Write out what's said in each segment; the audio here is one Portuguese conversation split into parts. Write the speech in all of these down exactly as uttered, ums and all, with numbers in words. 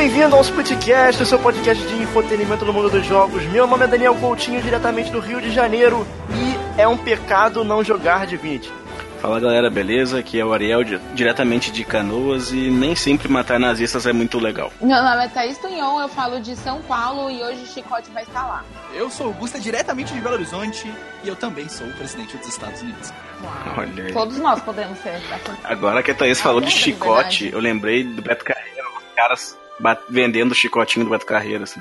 Bem-vindo ao Splitcast, o seu podcast de entretenimento no mundo dos jogos. Meu nome é Daniel Coutinho, diretamente do Rio de Janeiro, e é um pecado não jogar Divinity. Fala galera, beleza? Aqui é o Ariel, diretamente de Canoas, e nem sempre matar nazistas é muito legal. Meu nome é Thaís Tunhon, eu falo de São Paulo e hoje o Chicote vai estar lá. Eu sou Augusta, diretamente de Belo Horizonte, e eu também sou o presidente dos Estados Unidos. Uau. Olha aí. Todos nós podemos ser. Daqui. Agora que a Thaís falou de chicote, eu lembrei do Beto Carreiro, os caras bat- vendendo o chicotinho do Beto Carreiro, assim.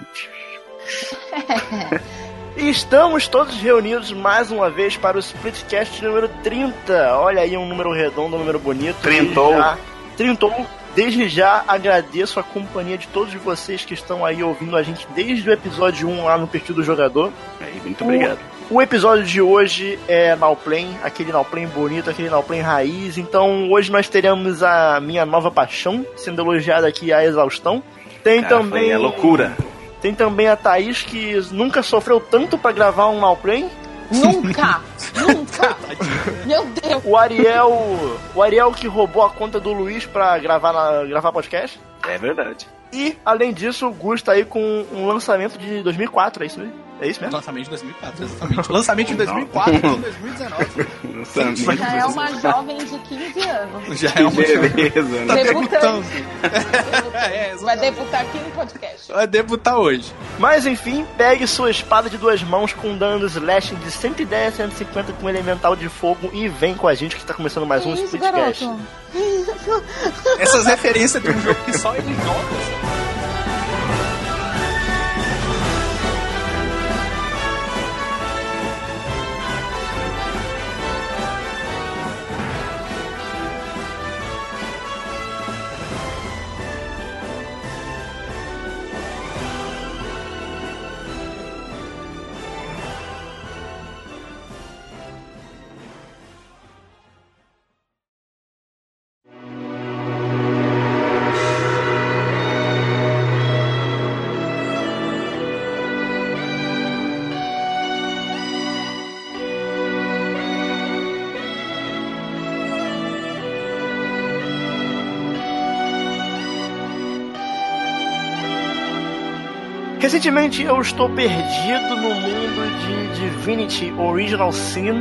E estamos todos reunidos mais uma vez para o Splitcast número trinta. Olha aí, um número redondo, um número bonito. Trintou. Já, trintou. Desde já agradeço a companhia de todos vocês que estão aí ouvindo a gente desde o episódio um lá no perfil do jogador. Aí, muito obrigado. O, o episódio de hoje é Nowplane, aquele Nowplane bonito, aquele Nowplane raiz. Então hoje nós teremos a minha nova paixão sendo elogiada aqui à exaustão. Tem Cara, também... é loucura. Tem também a Thaís, que nunca sofreu tanto pra gravar um Nowplane. Nunca! Nunca! Meu Deus! O Ariel. O Ariel que roubou a conta do Luiz pra gravar, na, gravar podcast. É verdade. E, além disso, o Gus tá aí com um lançamento de dois mil e quatro, é isso mesmo? É isso mesmo? Lançamento de dois mil e quatro, exatamente. Lançamento de dois mil e quatro em dois mil e dezenove. Já é uma jovem de quinze anos. Já é uma beleza, tá né? debutando. É, vai debutar aqui no podcast. Vai debutar hoje. Mas enfim, pegue sua espada de duas mãos com dano slashing de cento e dez, cento e cinquenta com elemental de fogo e vem com a gente que tá começando mais que um isso, Splitcast. garoto? Essas referências de um jogo que só ele joga. Recentemente eu estou perdido no mundo de Divinity Original Sin.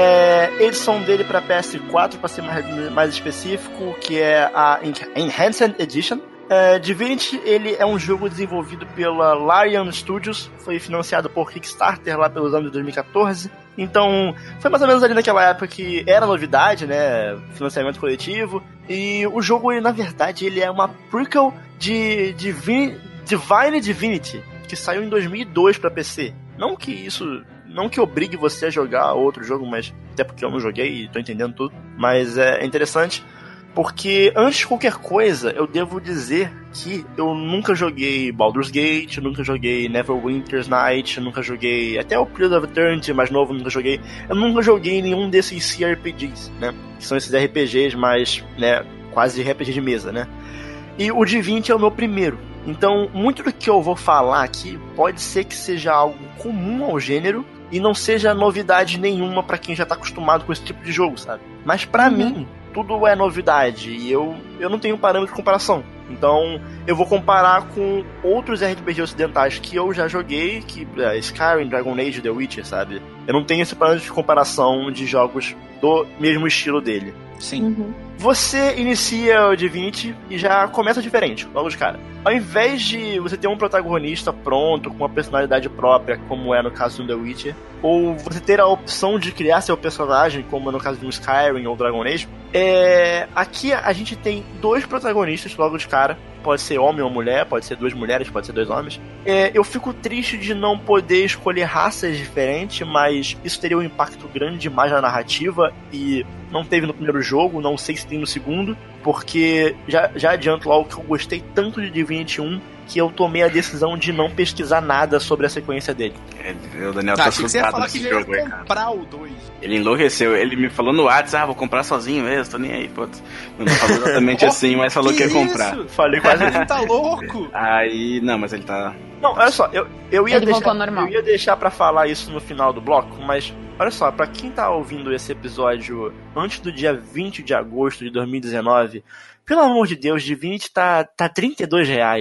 É, edição dele para P S quatro, para ser mais, mais específico, que é a Enhanced Edition. É, Divinity, ele é um jogo desenvolvido pela Larian Studios, foi financiado por Kickstarter lá pelos anos de dois mil e catorze. Então, foi mais ou menos ali naquela época que era novidade, né, financiamento coletivo. E o jogo, ele, na verdade, ele é uma prequel de, de Divine, Divine Divinity, que saiu em dois mil e dois para P C. Não que isso... Não que obrigue você a jogar outro jogo, mas até porque eu não joguei e tô entendendo tudo. Mas é interessante, porque antes de qualquer coisa, eu devo dizer que eu nunca joguei Baldur's Gate, nunca joguei Neverwinter's Night, nunca joguei até o Period of Eternity mais novo, nunca joguei. Eu nunca joguei nenhum desses C R P Gs, né? Que são esses R P Gs mais, né, quase R P G de mesa, né? E o Divinity é o meu primeiro. Então, muito do que eu vou falar aqui pode ser que seja algo comum ao gênero e não seja novidade nenhuma pra quem já tá acostumado com esse tipo de jogo, sabe? Mas pra Uhum. mim, tudo é novidade e eu, eu não tenho parâmetro de comparação. Então, eu vou comparar com outros R P G ocidentais que eu já joguei, que é, Skyrim, Dragon Age, The Witcher, sabe? Eu não tenho esse parâmetro de comparação de jogos do mesmo estilo dele. Sim. Uhum. Você inicia o Divinity e já começa diferente, logo de cara. Ao invés de você ter um protagonista pronto, com uma personalidade própria, como é no caso do The Witcher, ou você ter a opção de criar seu personagem, como é no caso de um Skyrim ou Dragon Age, é... aqui a gente tem dois protagonistas logo de cara. Pode ser homem ou mulher, pode ser duas mulheres, pode ser dois homens. É, eu fico triste de não poder escolher raças diferentes, mas isso teria um impacto grande demais na narrativa e não teve no primeiro jogo, não sei se tem no segundo, porque já, já adianto logo que eu gostei tanto de Divinity um que eu tomei a decisão de não pesquisar nada sobre a sequência dele. É, o Daniel Tá, tá achei que você ia assustado falar nesse que já jogo aí, ia cara. comprar o dois. Ele enlouqueceu, ele me falou no WhatsApp, ah, vou comprar sozinho mesmo, tô nem aí, pô. Não falou exatamente Oh, assim, mas falou que, ia comprar. isso? Falei quase. Ele tá louco? Aí, não, mas ele tá... Não, olha só, eu, eu, ia Ele deixar, voltou ao normal. eu ia deixar pra falar isso no final do bloco, mas olha só, pra quem tá ouvindo esse episódio antes do dia vinte de agosto de dois mil e dezenove, pelo amor de Deus, Divinity tá, tá trinta e dois reais.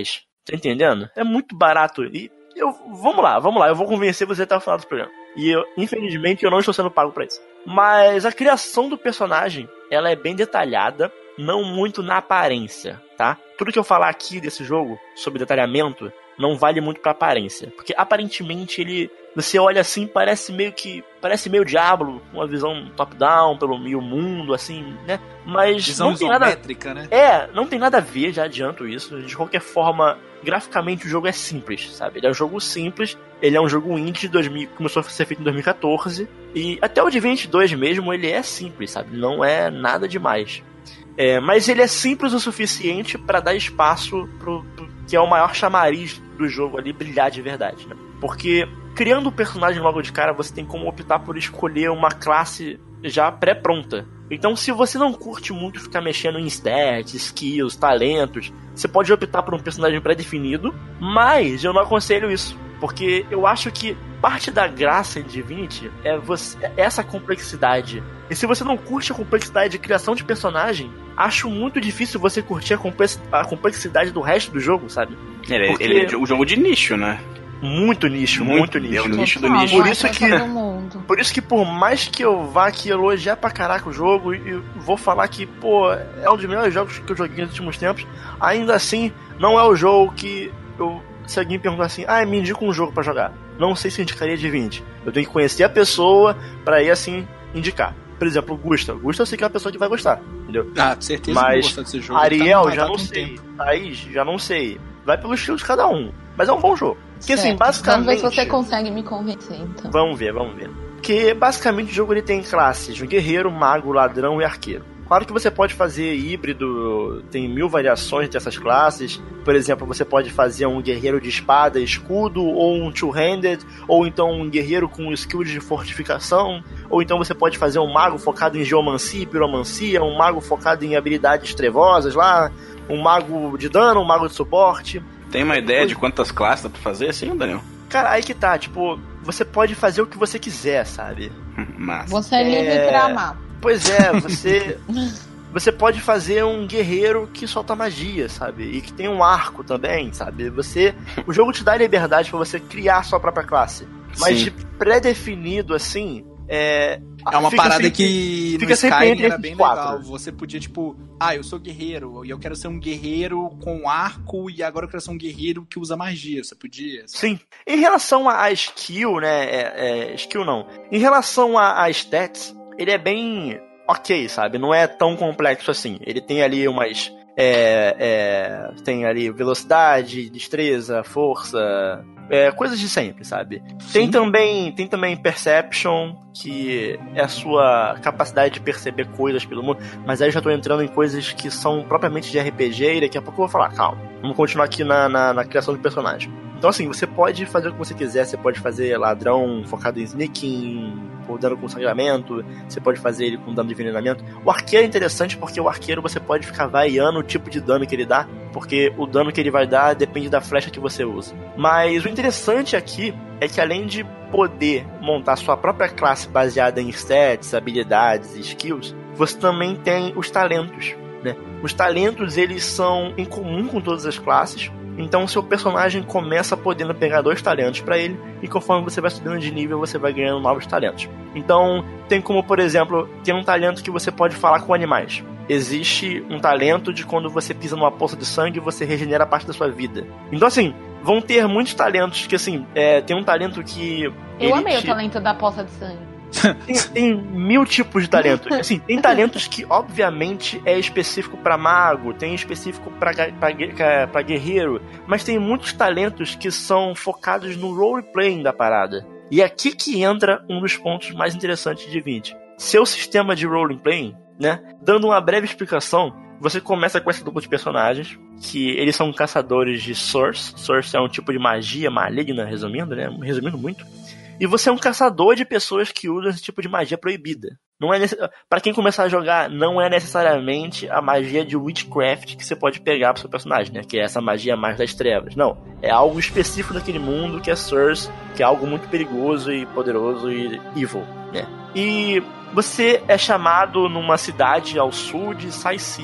Tá entendendo? É muito barato. E eu, vamos lá, vamos lá. Eu vou convencer você até o final do programa. E eu, infelizmente, eu não estou sendo pago pra isso. Mas a criação do personagem, ela é bem detalhada, não muito na aparência, tá? Tudo que eu falar aqui desse jogo, sobre detalhamento, não vale muito pra aparência. Porque aparentemente ele... Você olha assim, parece meio que... Parece meio Diablo, uma visão top-down, pelo meio mundo, assim, né? Mas visão não tem nada... isométrica, né? É, não tem nada a ver, já adianto isso. De qualquer forma, graficamente o jogo é simples, sabe? Ele é um jogo simples, ele é um jogo indie de dois mil, começou a ser feito em dois mil e catorze. E até o Divinity dois mesmo, ele é simples, sabe? Não é nada demais. É, mas ele é simples o suficiente pra dar espaço pro, pro que é o maior chamariz do jogo ali brilhar de verdade, né? Porque criando o personagem logo de cara, você tem como optar por escolher uma classe já pré-pronta. Então, se você não curte muito ficar mexendo em stats, skills, talentos, você pode optar por um personagem pré-definido, mas eu não aconselho isso. Porque eu acho que parte da graça em Divinity é você, é essa complexidade. E se você não curte a complexidade de criação de personagem, acho muito difícil você curtir a, complex, a complexidade do resto do jogo, sabe? Ele, Porque... ele é um jogo de nicho, né? Muito nicho, muito, muito nicho. É o nicho do Total, nicho. Por isso que, mundo. por isso que por mais que eu vá aqui elogiar pra caraca o jogo e, e vou falar que, pô, é um dos melhores jogos que eu joguei nos últimos tempos, ainda assim, não é o jogo que eu... Se alguém perguntar assim, ah, me indica um jogo pra jogar, não sei se eu indicaria Divinity. Eu tenho que conhecer a pessoa pra ir assim indicar. Por exemplo, o Gusta. O Gusta eu sei que é uma pessoa que vai gostar, entendeu? Ah, com certeza. Mas gostar desse jogo. Ariel, tá já não sei. Thaís, já não sei. Vai pelo estilo de cada um. Mas é um bom jogo. Porque Certo. assim, basicamente... Vamos ver se você consegue me convencer, então. Vamos ver, vamos ver. Porque basicamente o jogo ele tem classes: um guerreiro, mago, ladrão e arqueiro. Claro que você pode fazer híbrido, tem mil variações dessas classes. Por exemplo, você pode fazer um guerreiro de espada e escudo, ou um two-handed, ou então um guerreiro com skill de fortificação, ou então você pode fazer um mago focado em geomancia e piromancia, um mago focado em habilidades trevosas lá, um mago de dano, um mago de suporte. Tem uma ideia de quantas classes dá pra fazer assim, Daniel? Cara, aí que tá, tipo, você pode fazer o que você quiser, sabe? Massa. Você é livre É... pra amar. Pois é, você você pode fazer um guerreiro que solta magia, sabe? E que tem um arco também, sabe? Você, o jogo te dá liberdade pra você criar a sua própria classe. Mas Sim. de pré-definido, assim, é... É uma fica parada sempre, que fica no sempre Skyrim entre era esses bem quatro. legal. Você podia, tipo, ah, eu sou guerreiro e eu quero ser um guerreiro com arco e agora eu quero ser um guerreiro que usa magia. Você podia? Sim. Em relação a, a skill, né? É, é, skill não. Em relação a, a stats, ele é bem ok, sabe? Não é tão complexo assim. Ele tem ali umas... É, é, tem ali velocidade, destreza, força, é, coisas de sempre, sabe? Tem também, tem também Perception, que é a sua capacidade de perceber coisas pelo mundo, mas aí eu já tô entrando em coisas que são propriamente de R P G e daqui a pouco eu vou falar, calma, vamos continuar aqui na, na, na criação do personagem. Então assim, você pode fazer o que você quiser, você pode fazer ladrão focado em sneaking, ou dano com sangramento, você pode fazer ele com dano de envenenamento. O arqueiro é interessante porque o arqueiro você pode ficar variando o tipo de dano que ele dá, porque o dano que ele vai dar depende da flecha que você usa. Mas o interessante aqui é que além de poder montar sua própria classe baseada em stats, habilidades e skills, você também tem os talentos, né? Os talentos, eles são em comum com todas as classes. Então seu personagem começa podendo pegar dois talentos pra ele, e conforme você vai subindo de nível, você vai ganhando novos talentos. Então, tem como, por exemplo, tem um talento que você pode falar com animais. Existe um talento de quando você pisa numa poça de sangue, você regenera parte da sua vida. Então, assim, vão ter muitos talentos que, assim, é, tem um talento que... Eu amei te... o talento da poça de sangue. Tem, tem mil tipos de talentos. Assim, tem talentos que, obviamente, é específico pra mago, tem específico pra, pra, pra guerreiro, mas tem muitos talentos que são focados no roleplaying da parada. E é aqui que entra um dos pontos mais interessantes de Divinity. Seu sistema de roleplaying, né? Dando uma breve explicação, você começa com essa dupla de personagens, que eles são caçadores de Source. Source é um tipo de magia maligna, resumindo, né? Resumindo muito. E você é um caçador de pessoas que usam esse tipo de magia proibida. Não é necess... Pra quem começar a jogar, não é necessariamente a magia de Witchcraft que você pode pegar pro seu personagem, né? Que é essa magia mais das trevas. Não. É algo específico daquele mundo que é Source, que é algo muito perigoso e poderoso e evil, né? E você é chamado numa cidade ao sul de Saiciel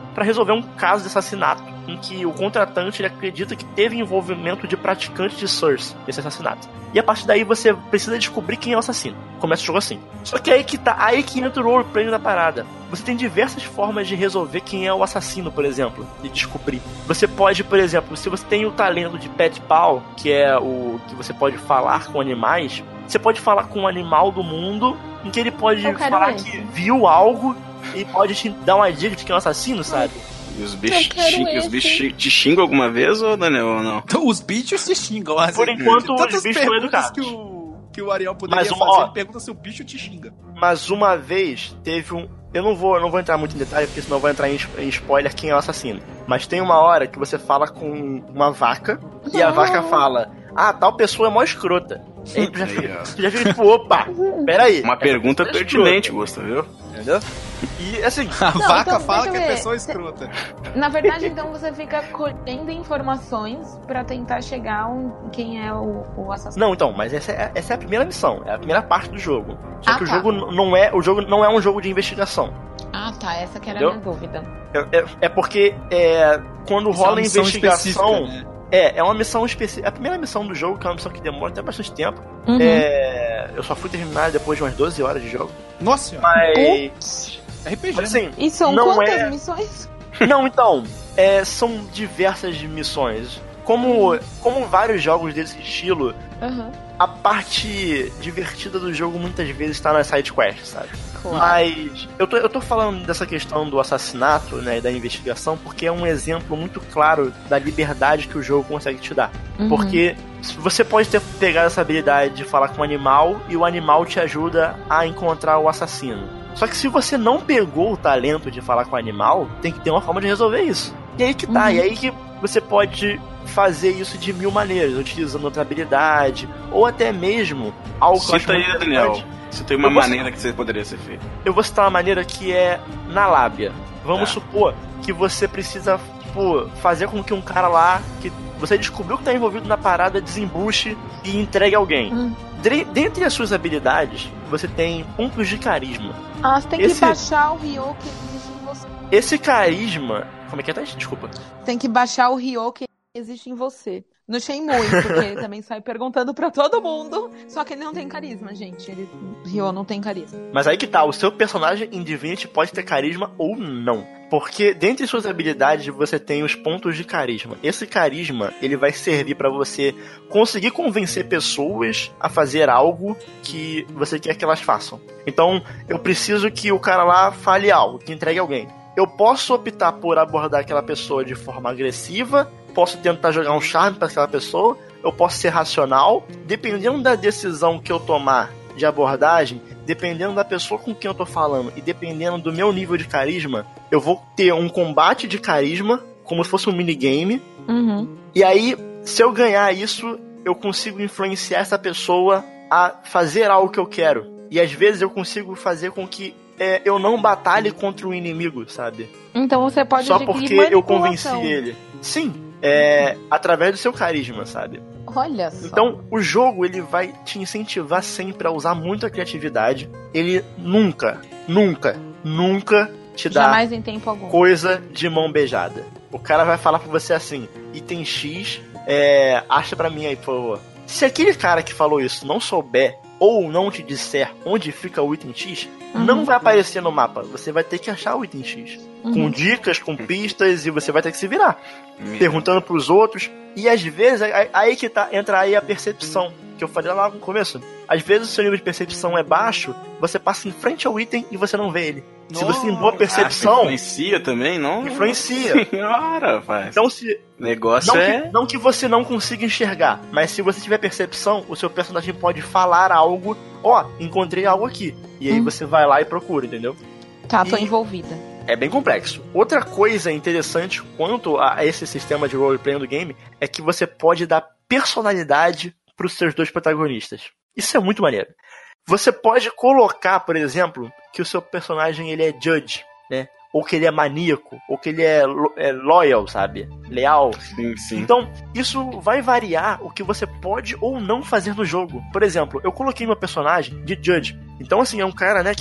para resolver um caso de assassinato em que o contratante ele acredita que teve envolvimento de praticante de Source nesse assassinato. E a partir daí você precisa descobrir quem é o assassino. Começa o jogo assim. Só que aí que tá, aí que entra o roleplay da parada. Você tem diversas formas de resolver quem é o assassino, por exemplo, de descobrir. Você pode, por exemplo, se você tem o talento de Pet Pal, que é o que você pode falar com animais, você pode falar com um animal do mundo em que ele pode falar esse. que viu algo e pode te dar uma dica de quem é o assassino, sabe? E os bichos, te, os bichos te xingam alguma vez, ou Daniel, ou não? Os bichos te xingam. Assim, Por enquanto, tantas os bichos estão educados. Que o, que o Ariel poderia Mas uma, fazer, ó, ele pergunta se o bicho te xinga. Mas uma vez teve um... Eu não vou, eu não vou entrar muito em detalhe, porque senão eu vou entrar em, em spoiler quem é o assassino. Mas tem uma hora que você fala com uma vaca, e a vaca fala... Ah, tal pessoa é mó escrota. E aí tu já fica, tu já fica tipo, opa, peraí. Uma pergunta é pertinente, Gusta, viu? Entendeu? E assim... A Não, vaca então, fala deixa que eu é ver. pessoa escrota. Na verdade, então, você fica colhendo informações pra tentar chegar a um, quem é o, o assassino. Não, então, mas essa é, essa é a primeira missão, é a primeira parte do jogo. Só Ah, que o tá. jogo não é, o jogo não é um jogo de investigação. Ah, tá. Essa que era Entendeu? a minha dúvida. É, é, é porque é, quando Isso é uma rola missão investigação... específica, né? É, é uma missão específica. É a primeira missão do jogo, que é uma missão que demora até bastante tempo. Uhum. É, eu só fui terminar depois de umas doze horas de jogo. Nossa senhora. Mas... R P G, Mas assim, E são não quantas é... missões? Não, então, é, são diversas missões. Como, como vários jogos desse estilo, Uhum. a parte divertida do jogo muitas vezes está nas sidequests, sabe? Claro. Mas eu tô, eu tô falando dessa questão do assassinato, né, e da investigação, porque é um exemplo muito claro da liberdade que o jogo consegue te dar. Uhum. Porque você pode ter pegado essa habilidade de falar com o animal e o animal te ajuda a encontrar o assassino. Só que se você não pegou o talento de falar com o animal, tem que ter uma forma de resolver isso. E aí que tá, Uhum. e aí que você pode fazer isso de mil maneiras, utilizando outra habilidade, ou até mesmo algo que eu acho Cita aí, muito Daniel. interessante. Se tem uma Eu vou- maneira que você poderia ser feito. Eu vou citar uma maneira que é na lábia. Vamos Tá. supor que você precisa, tipo, fazer com que um cara lá, que você descobriu que tá envolvido na parada, desembuche e entregue alguém. Hum. Dre- Dentre as suas habilidades, você tem pontos de carisma. Ah, você tem que Esse- baixar o Ryo que existe em você. Esse carisma... Como é que é, Thaís? Desculpa. Tem que baixar o Ryo que existe em você. No Shenmue, porque ele também sai perguntando pra todo mundo. Só que ele não tem carisma, gente. Ele, Ryo não tem carisma. Mas aí que tá, o seu personagem em Divinity pode ter carisma ou não. Porque dentre suas habilidades você tem os pontos de carisma. Esse carisma, ele vai servir pra você conseguir convencer pessoas a fazer algo que você quer que elas façam. Então, eu preciso que o cara lá fale algo, que entregue alguém. Eu posso optar por abordar aquela pessoa de forma agressiva, posso tentar jogar um charme pra aquela pessoa, eu posso ser racional, dependendo da decisão que eu tomar de abordagem, dependendo da pessoa com quem eu tô falando e dependendo do meu nível de carisma, eu vou ter um combate de carisma, como se fosse um minigame, Uhum. e aí, se eu ganhar isso, eu consigo influenciar essa pessoa a fazer algo que eu quero. E às vezes eu consigo fazer com que é, eu não batalhe contra o inimigo, sabe? Então você pode Só adquirir porque eu convenci manipulação. ele. Sim, é, através do seu carisma, sabe? Olha só. Então, o jogo, ele vai te incentivar sempre a usar muito a criatividade. Ele nunca, nunca, nunca te dá Jamais em tempo algum. coisa de mão beijada. O cara vai falar pra você assim, item X, é, acha pra mim aí, por favor. Se aquele cara que falou isso não souber ou não te disser onde fica o item X, Uhum. não vai aparecer no mapa. Você vai ter que achar o item X. Uhum. Com dicas, com pistas, e você vai ter que se virar. Perguntando pros outros. E às vezes, aí- aí que tá, entra aí a percepção, que eu falei lá no começo. Às vezes o seu nível de percepção é baixo, você passa em frente ao item e você não vê ele. Se você tem boa Ah, percepção, influencia também, não? influencia. Senhora, rapaz. Então se... O negócio Não é... que, não que você não consiga enxergar, mas se você tiver percepção, o seu personagem pode falar algo. Ó, encontrei algo aqui. E aí Hum. você vai lá e procura, entendeu? Tá, tô E- envolvida. É bem complexo. Outra coisa interessante quanto a esse sistema de roleplay do game é que você pode dar personalidade pros seus dois protagonistas. Isso é muito maneiro. Você pode colocar, por exemplo, que o seu personagem ele é judge, né? Ou que ele é maníaco, ou que ele é, lo- é loyal, sabe? Leal. Sim, sim. Então, isso vai variar o que você pode ou não fazer no jogo. Por exemplo, eu coloquei meu personagem de Judge. Então, assim, é um cara, né, que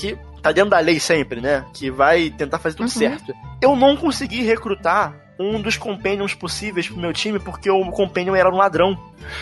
tá dentro da lei sempre, né? Que vai tentar fazer tudo Uhum. certo. Eu não consegui recrutar um dos companions possíveis pro meu time porque o companion era um ladrão.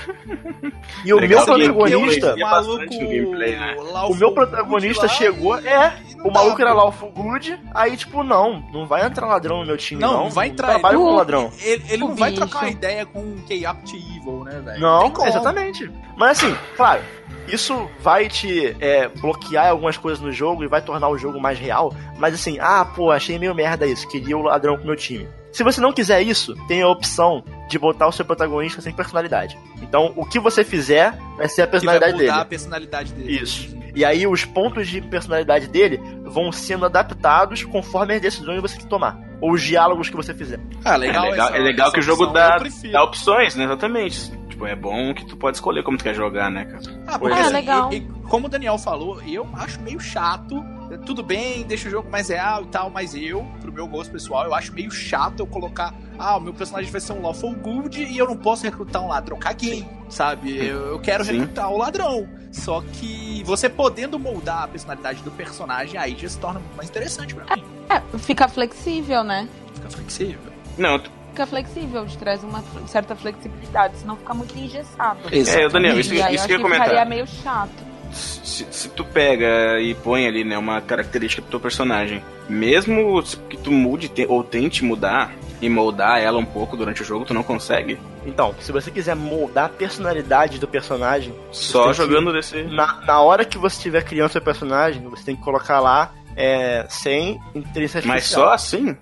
E o Legal meu que protagonista... gameplay, bastante no gameplay, né? O meu protagonista chegou... É, o maluco era lawful good, aí tipo, não, não vai entrar ladrão no meu time, Não, não. não vai entrar. Trabalho ele- com ladrão. Ele, ele O não vai bicho. trocar uma ideia com um Chaotic Evil, né, velho? Não, tem como. exatamente. Mas assim, claro, isso vai te é, bloquear algumas coisas no jogo e vai tornar o jogo mais real. Mas assim, ah, pô, achei meio merda isso, queria o ladrão pro meu time. Se você não quiser isso, tem a opção de botar o seu protagonista sem personalidade. Então, o que você fizer vai ser a Que vai personalidade mudar dele. a personalidade dele. Isso. E aí os pontos de personalidade dele vão sendo adaptados conforme as decisões que você que tomar. Ou os diálogos que você fizer. Ah, legal. é legal, essa- é legal essa que o jogo opção dá, eu prefiro. dá opções, né? Exatamente. Tipo, é bom que tu pode escolher como tu quer jogar, né, cara? Ah, Pois porque, é. assim, legal. e- e como o Daniel falou, eu acho meio chato. Tudo bem, deixa o jogo mais real e tal, mas eu, pro meu gosto pessoal, eu acho meio chato eu colocar, ah, o meu personagem vai ser um Lawful Good e eu não posso recrutar um ladrão. Caguei, sabe? Eu, eu quero Sim. recrutar o ladrão. Só que você podendo moldar a personalidade do personagem, aí já se torna muito mais interessante pra mim. É, fica flexível, né? Fica flexível. Não, tu- Fica flexível, te traz uma certa flexibilidade, senão fica muito engessado. é, Daniel, isso, E aí isso eu que eu acho ia que comentar. ficaria meio chato. Se, se tu pega e põe ali, né, uma característica do teu personagem, mesmo que tu mude te- ou tente mudar e moldar ela um pouco durante o jogo, tu não consegue. Então, se você quiser moldar a personalidade do personagem, Só tem que- jogando desse. na, na hora que você estiver criando seu personagem, você tem que colocar lá é, sem inteligência artificial. Mas só assim?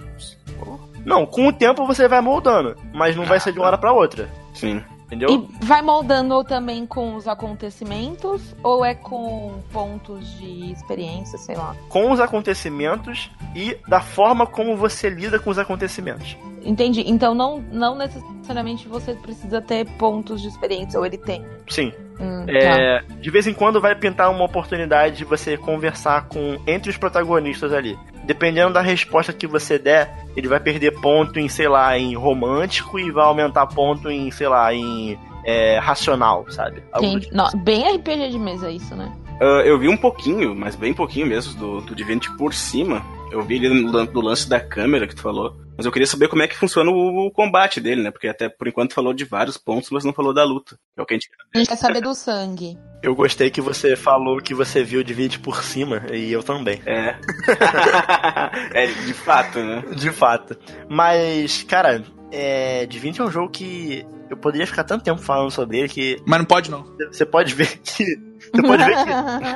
Não, com o tempo você vai moldando, mas não vai ser de uma hora pra outra, Sim. entendeu? E vai moldando também com os acontecimentos ou é com pontos de experiência, sei lá? Com os acontecimentos e da forma como você lida com os acontecimentos. Entendi. Então não, não necessariamente você precisa ter pontos de experiência, ou ele tem. Sim. Hum, tá. É, de vez em quando vai pintar uma oportunidade de você conversar com entre os protagonistas ali. Dependendo da resposta que você der, ele vai perder ponto em, sei lá, em romântico e vai aumentar ponto em, sei lá, em é, racional, sabe? Algo do Entendi. tipo. Não, bem R P G de mesa isso, né? Ah, eu vi um pouquinho, mas bem pouquinho mesmo, do, do Divinity por cima. Eu vi ele no, lan- no lance da câmera que tu falou. Mas eu queria saber como é que funciona o, o combate dele, né? Porque até por enquanto falou de vários pontos, mas não falou da luta. É o que a gente A gente quer saber do sangue. Eu gostei que você falou que você viu de vídeo por cima, e eu também. É. É, de fato, né? De fato. Mas, cara, é, Divinity é um jogo que eu poderia ficar tanto tempo falando sobre ele que Mas não pode, não. você pode ver que. Você pode ver que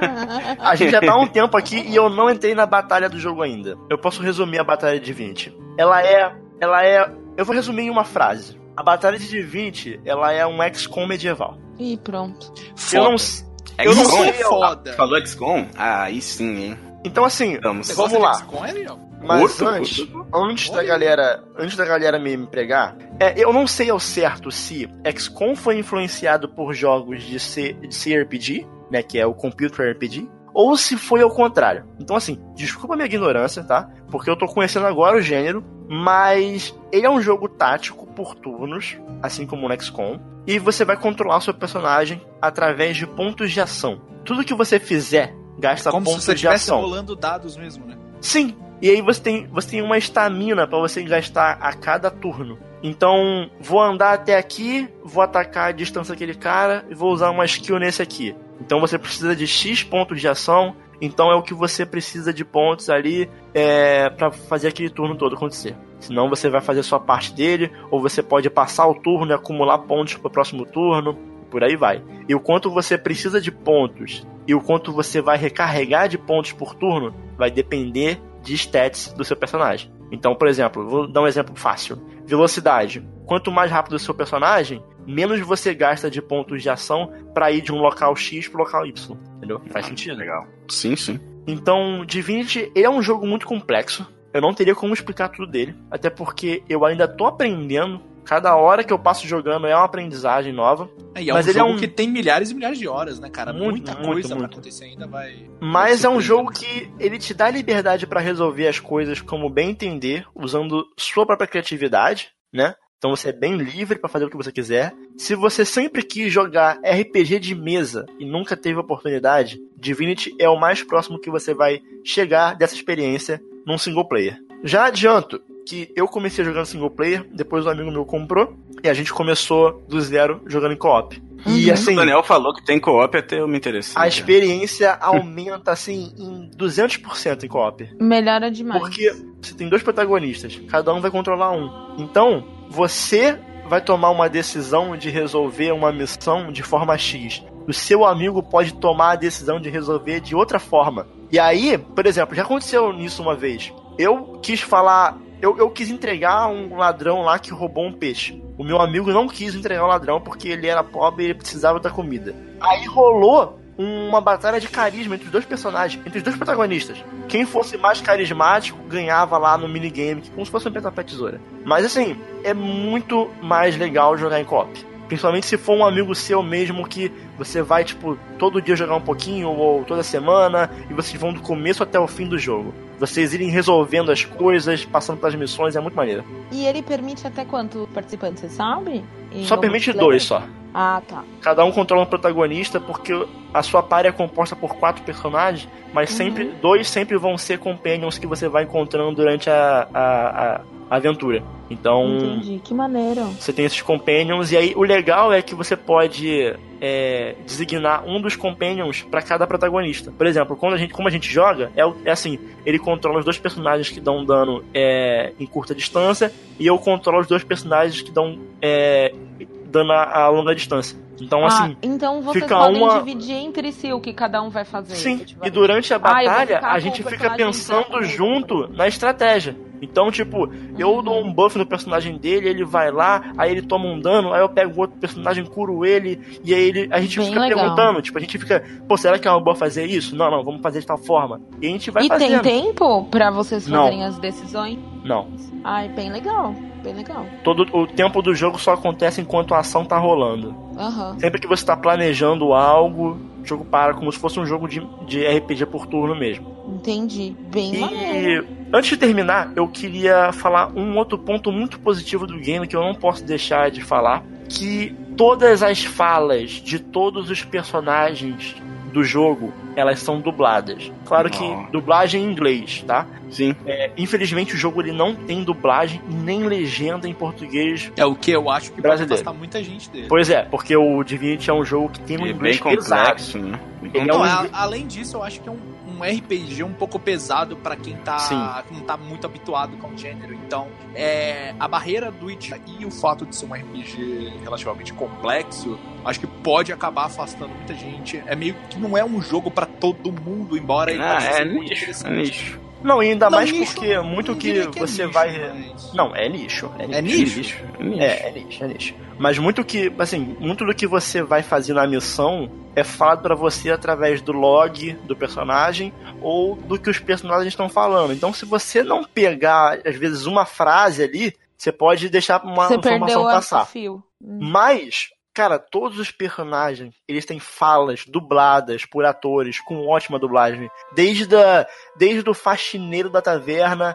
a gente já tá há um tempo aqui e eu não entrei na batalha do jogo ainda. Eu posso resumir a batalha de Divinity. Ela é. Ela é. Eu vou resumir em uma frase. A batalha de Divinity, ela é um X COM medieval. Ih, pronto. Eu não, eu não Isso sei. é foda. Falou X COM? Ah, aí sim, hein? Então assim, Vamos. Você vamos gosta lá. de X COM, Daniel? Mas Curto, antes, curto. antes da Olha. galera, antes da galera me, me pregar, é, eu não sei ao certo se X COM foi influenciado por jogos de, C, de C R P G, né, que é o Computer R P G, ou se foi ao contrário. Então assim, desculpa a minha ignorância, tá? Porque eu tô conhecendo agora o gênero, mas ele é um jogo tático por turnos, assim como o X COM, e você vai controlar o seu personagem através de pontos de ação. Tudo que você fizer gasta Como se pontos você de estivesse ação. rolando dados mesmo, né? Sim. E aí você tem, você tem uma estamina pra você gastar a cada turno. Então, vou andar até aqui, vou atacar a distância daquele cara e vou usar uma skill nesse aqui. Então você precisa de X pontos de ação. Então é o que você precisa de pontos ali é, para fazer aquele turno todo acontecer. Senão você vai fazer sua parte dele, ou você pode passar o turno e acumular pontos pro próximo turno. Por aí vai. E o quanto você precisa de pontos e o quanto você vai recarregar de pontos por turno vai depender de stats do seu personagem. Então, por exemplo, vou dar um exemplo fácil. Velocidade. Quanto mais rápido o seu personagem, menos você gasta de pontos de ação para ir de um local X pro local Y. Entendeu? Faz sentido. Legal. Sim, sim. Então, Divinity, ele é um jogo muito complexo. Eu não teria como explicar tudo dele, até porque eu ainda tô aprendendo. Cada hora que eu passo jogando é uma aprendizagem nova. É, e é Mas um ele é jogo um- que tem milhares e milhares de horas, né, cara? Muito, Muita muito, coisa pra muito. acontecer ainda vai... Mas vai é um ser jogo coisa. que ele te dá liberdade pra resolver as coisas como bem entender, usando sua própria criatividade, né? Então você é bem livre pra fazer o que você quiser. Se você sempre quis jogar R P G de mesa e nunca teve oportunidade, Divinity é o mais próximo que você vai chegar dessa experiência num single player. Já adianto que eu comecei jogando single player, depois um amigo meu comprou, e a gente começou do zero jogando em co-op. Uhum. E assim, o Daniel falou que tem co-op, até eu me interessei. A experiência aumenta assim em duzentos por cento em co-op. Melhora demais. Porque você tem dois protagonistas, cada um vai controlar um. Então, você vai tomar uma decisão de resolver uma missão de forma X. O seu amigo pode tomar a decisão de resolver de outra forma. E aí, por exemplo, já aconteceu nisso uma vez. Eu quis falar... Eu, eu quis entregar um ladrão lá que roubou um peixe. O meu amigo não quis entregar o ladrão porque ele era pobre e ele precisava da comida. Aí rolou uma batalha de carisma entre os dois personagens, entre os dois protagonistas. Quem fosse mais carismático ganhava lá no minigame, como se fosse um peta pé tesoura. Mas assim, é muito mais legal jogar em co-op. Principalmente se for um amigo seu mesmo que você vai, tipo, todo dia jogar um pouquinho ou toda semana e vocês vão do começo até o fim do jogo. Vocês irem resolvendo as coisas, passando pelas missões, é muito maneiro. E ele permite até quantos participantes, você sabe? Em só permite dois, só. Ah, tá. Cada um controla um protagonista porque a sua party é composta por quatro personagens, mas uhum. sempre dois sempre vão ser companions que você vai encontrando durante a, a, a aventura. Então, entendi, que maneiro. Você tem esses companions e aí o legal é que você pode é, designar um dos companions para cada protagonista. Por exemplo, quando a gente, como a gente joga, é, é assim, ele controla os dois personagens que dão dano é, em curta distância e eu controlo os dois personagens que dão é, dano a, a longa distância. Então, ah, assim, então vocês fica podem uma... dividir entre si o que cada um vai fazer. Sim, e durante a batalha ah, a gente fica pensando junto na estratégia. Então, tipo, eu uhum. dou um buff no personagem dele, ele vai lá, aí ele toma um dano, aí eu pego o outro personagem, curo ele, e aí ele, a gente Bem fica legal. perguntando, tipo, a gente fica, pô, será que é uma boa fazer isso? Não, não, vamos fazer de tal forma. E a gente vai e fazendo. E tem tempo pra vocês fazerem não. as decisões? Não. Ai, bem legal, bem legal. Todo o tempo do jogo só acontece enquanto a ação tá rolando. Uhum. Sempre que você tá planejando algo, o jogo para, como se fosse um jogo de, de R P G por turno mesmo. Entendi, bem e... maneiro. Antes de terminar, eu queria falar um outro ponto muito positivo do game que eu não posso deixar de falar, que todas as falas de todos os personagens do jogo, elas são dubladas. Claro que oh. dublagem em inglês, tá? Sim. É, infelizmente o jogo ele não tem dublagem nem legenda em português. É o que eu acho que brasileiro. Pode afastar muita gente dele. Pois é, porque o Divinity é um jogo que tem um é inglês bem complexo, pesado. Né? Ele não, é um... Além disso, eu acho que é um um R P G um pouco pesado pra quem tá, não tá muito habituado com o gênero. Então, é, a barreira do idioma e o fato de ser um R P G relativamente complexo, acho que pode acabar afastando muita gente. É meio que não é um jogo pra todo mundo, embora ele ah, pareça é muito nicho, interessante. É nicho. Não, e ainda não, mais nicho, porque muito que, que você é nicho, vai... Mas... Não, é lixo. É, é nicho. nicho? É nicho. É, é nicho, é nicho. Mas muito que, assim, muito do que você vai fazer na missão é falado pra você através do log do personagem ou do que os personagens estão falando. Então, se você não pegar, às vezes, uma frase ali, você pode deixar uma você informação passar. Fio. Hum. Mas... Cara, todos os personagens, eles têm falas dubladas por atores com ótima dublagem. Desde, a, desde o faxineiro da taverna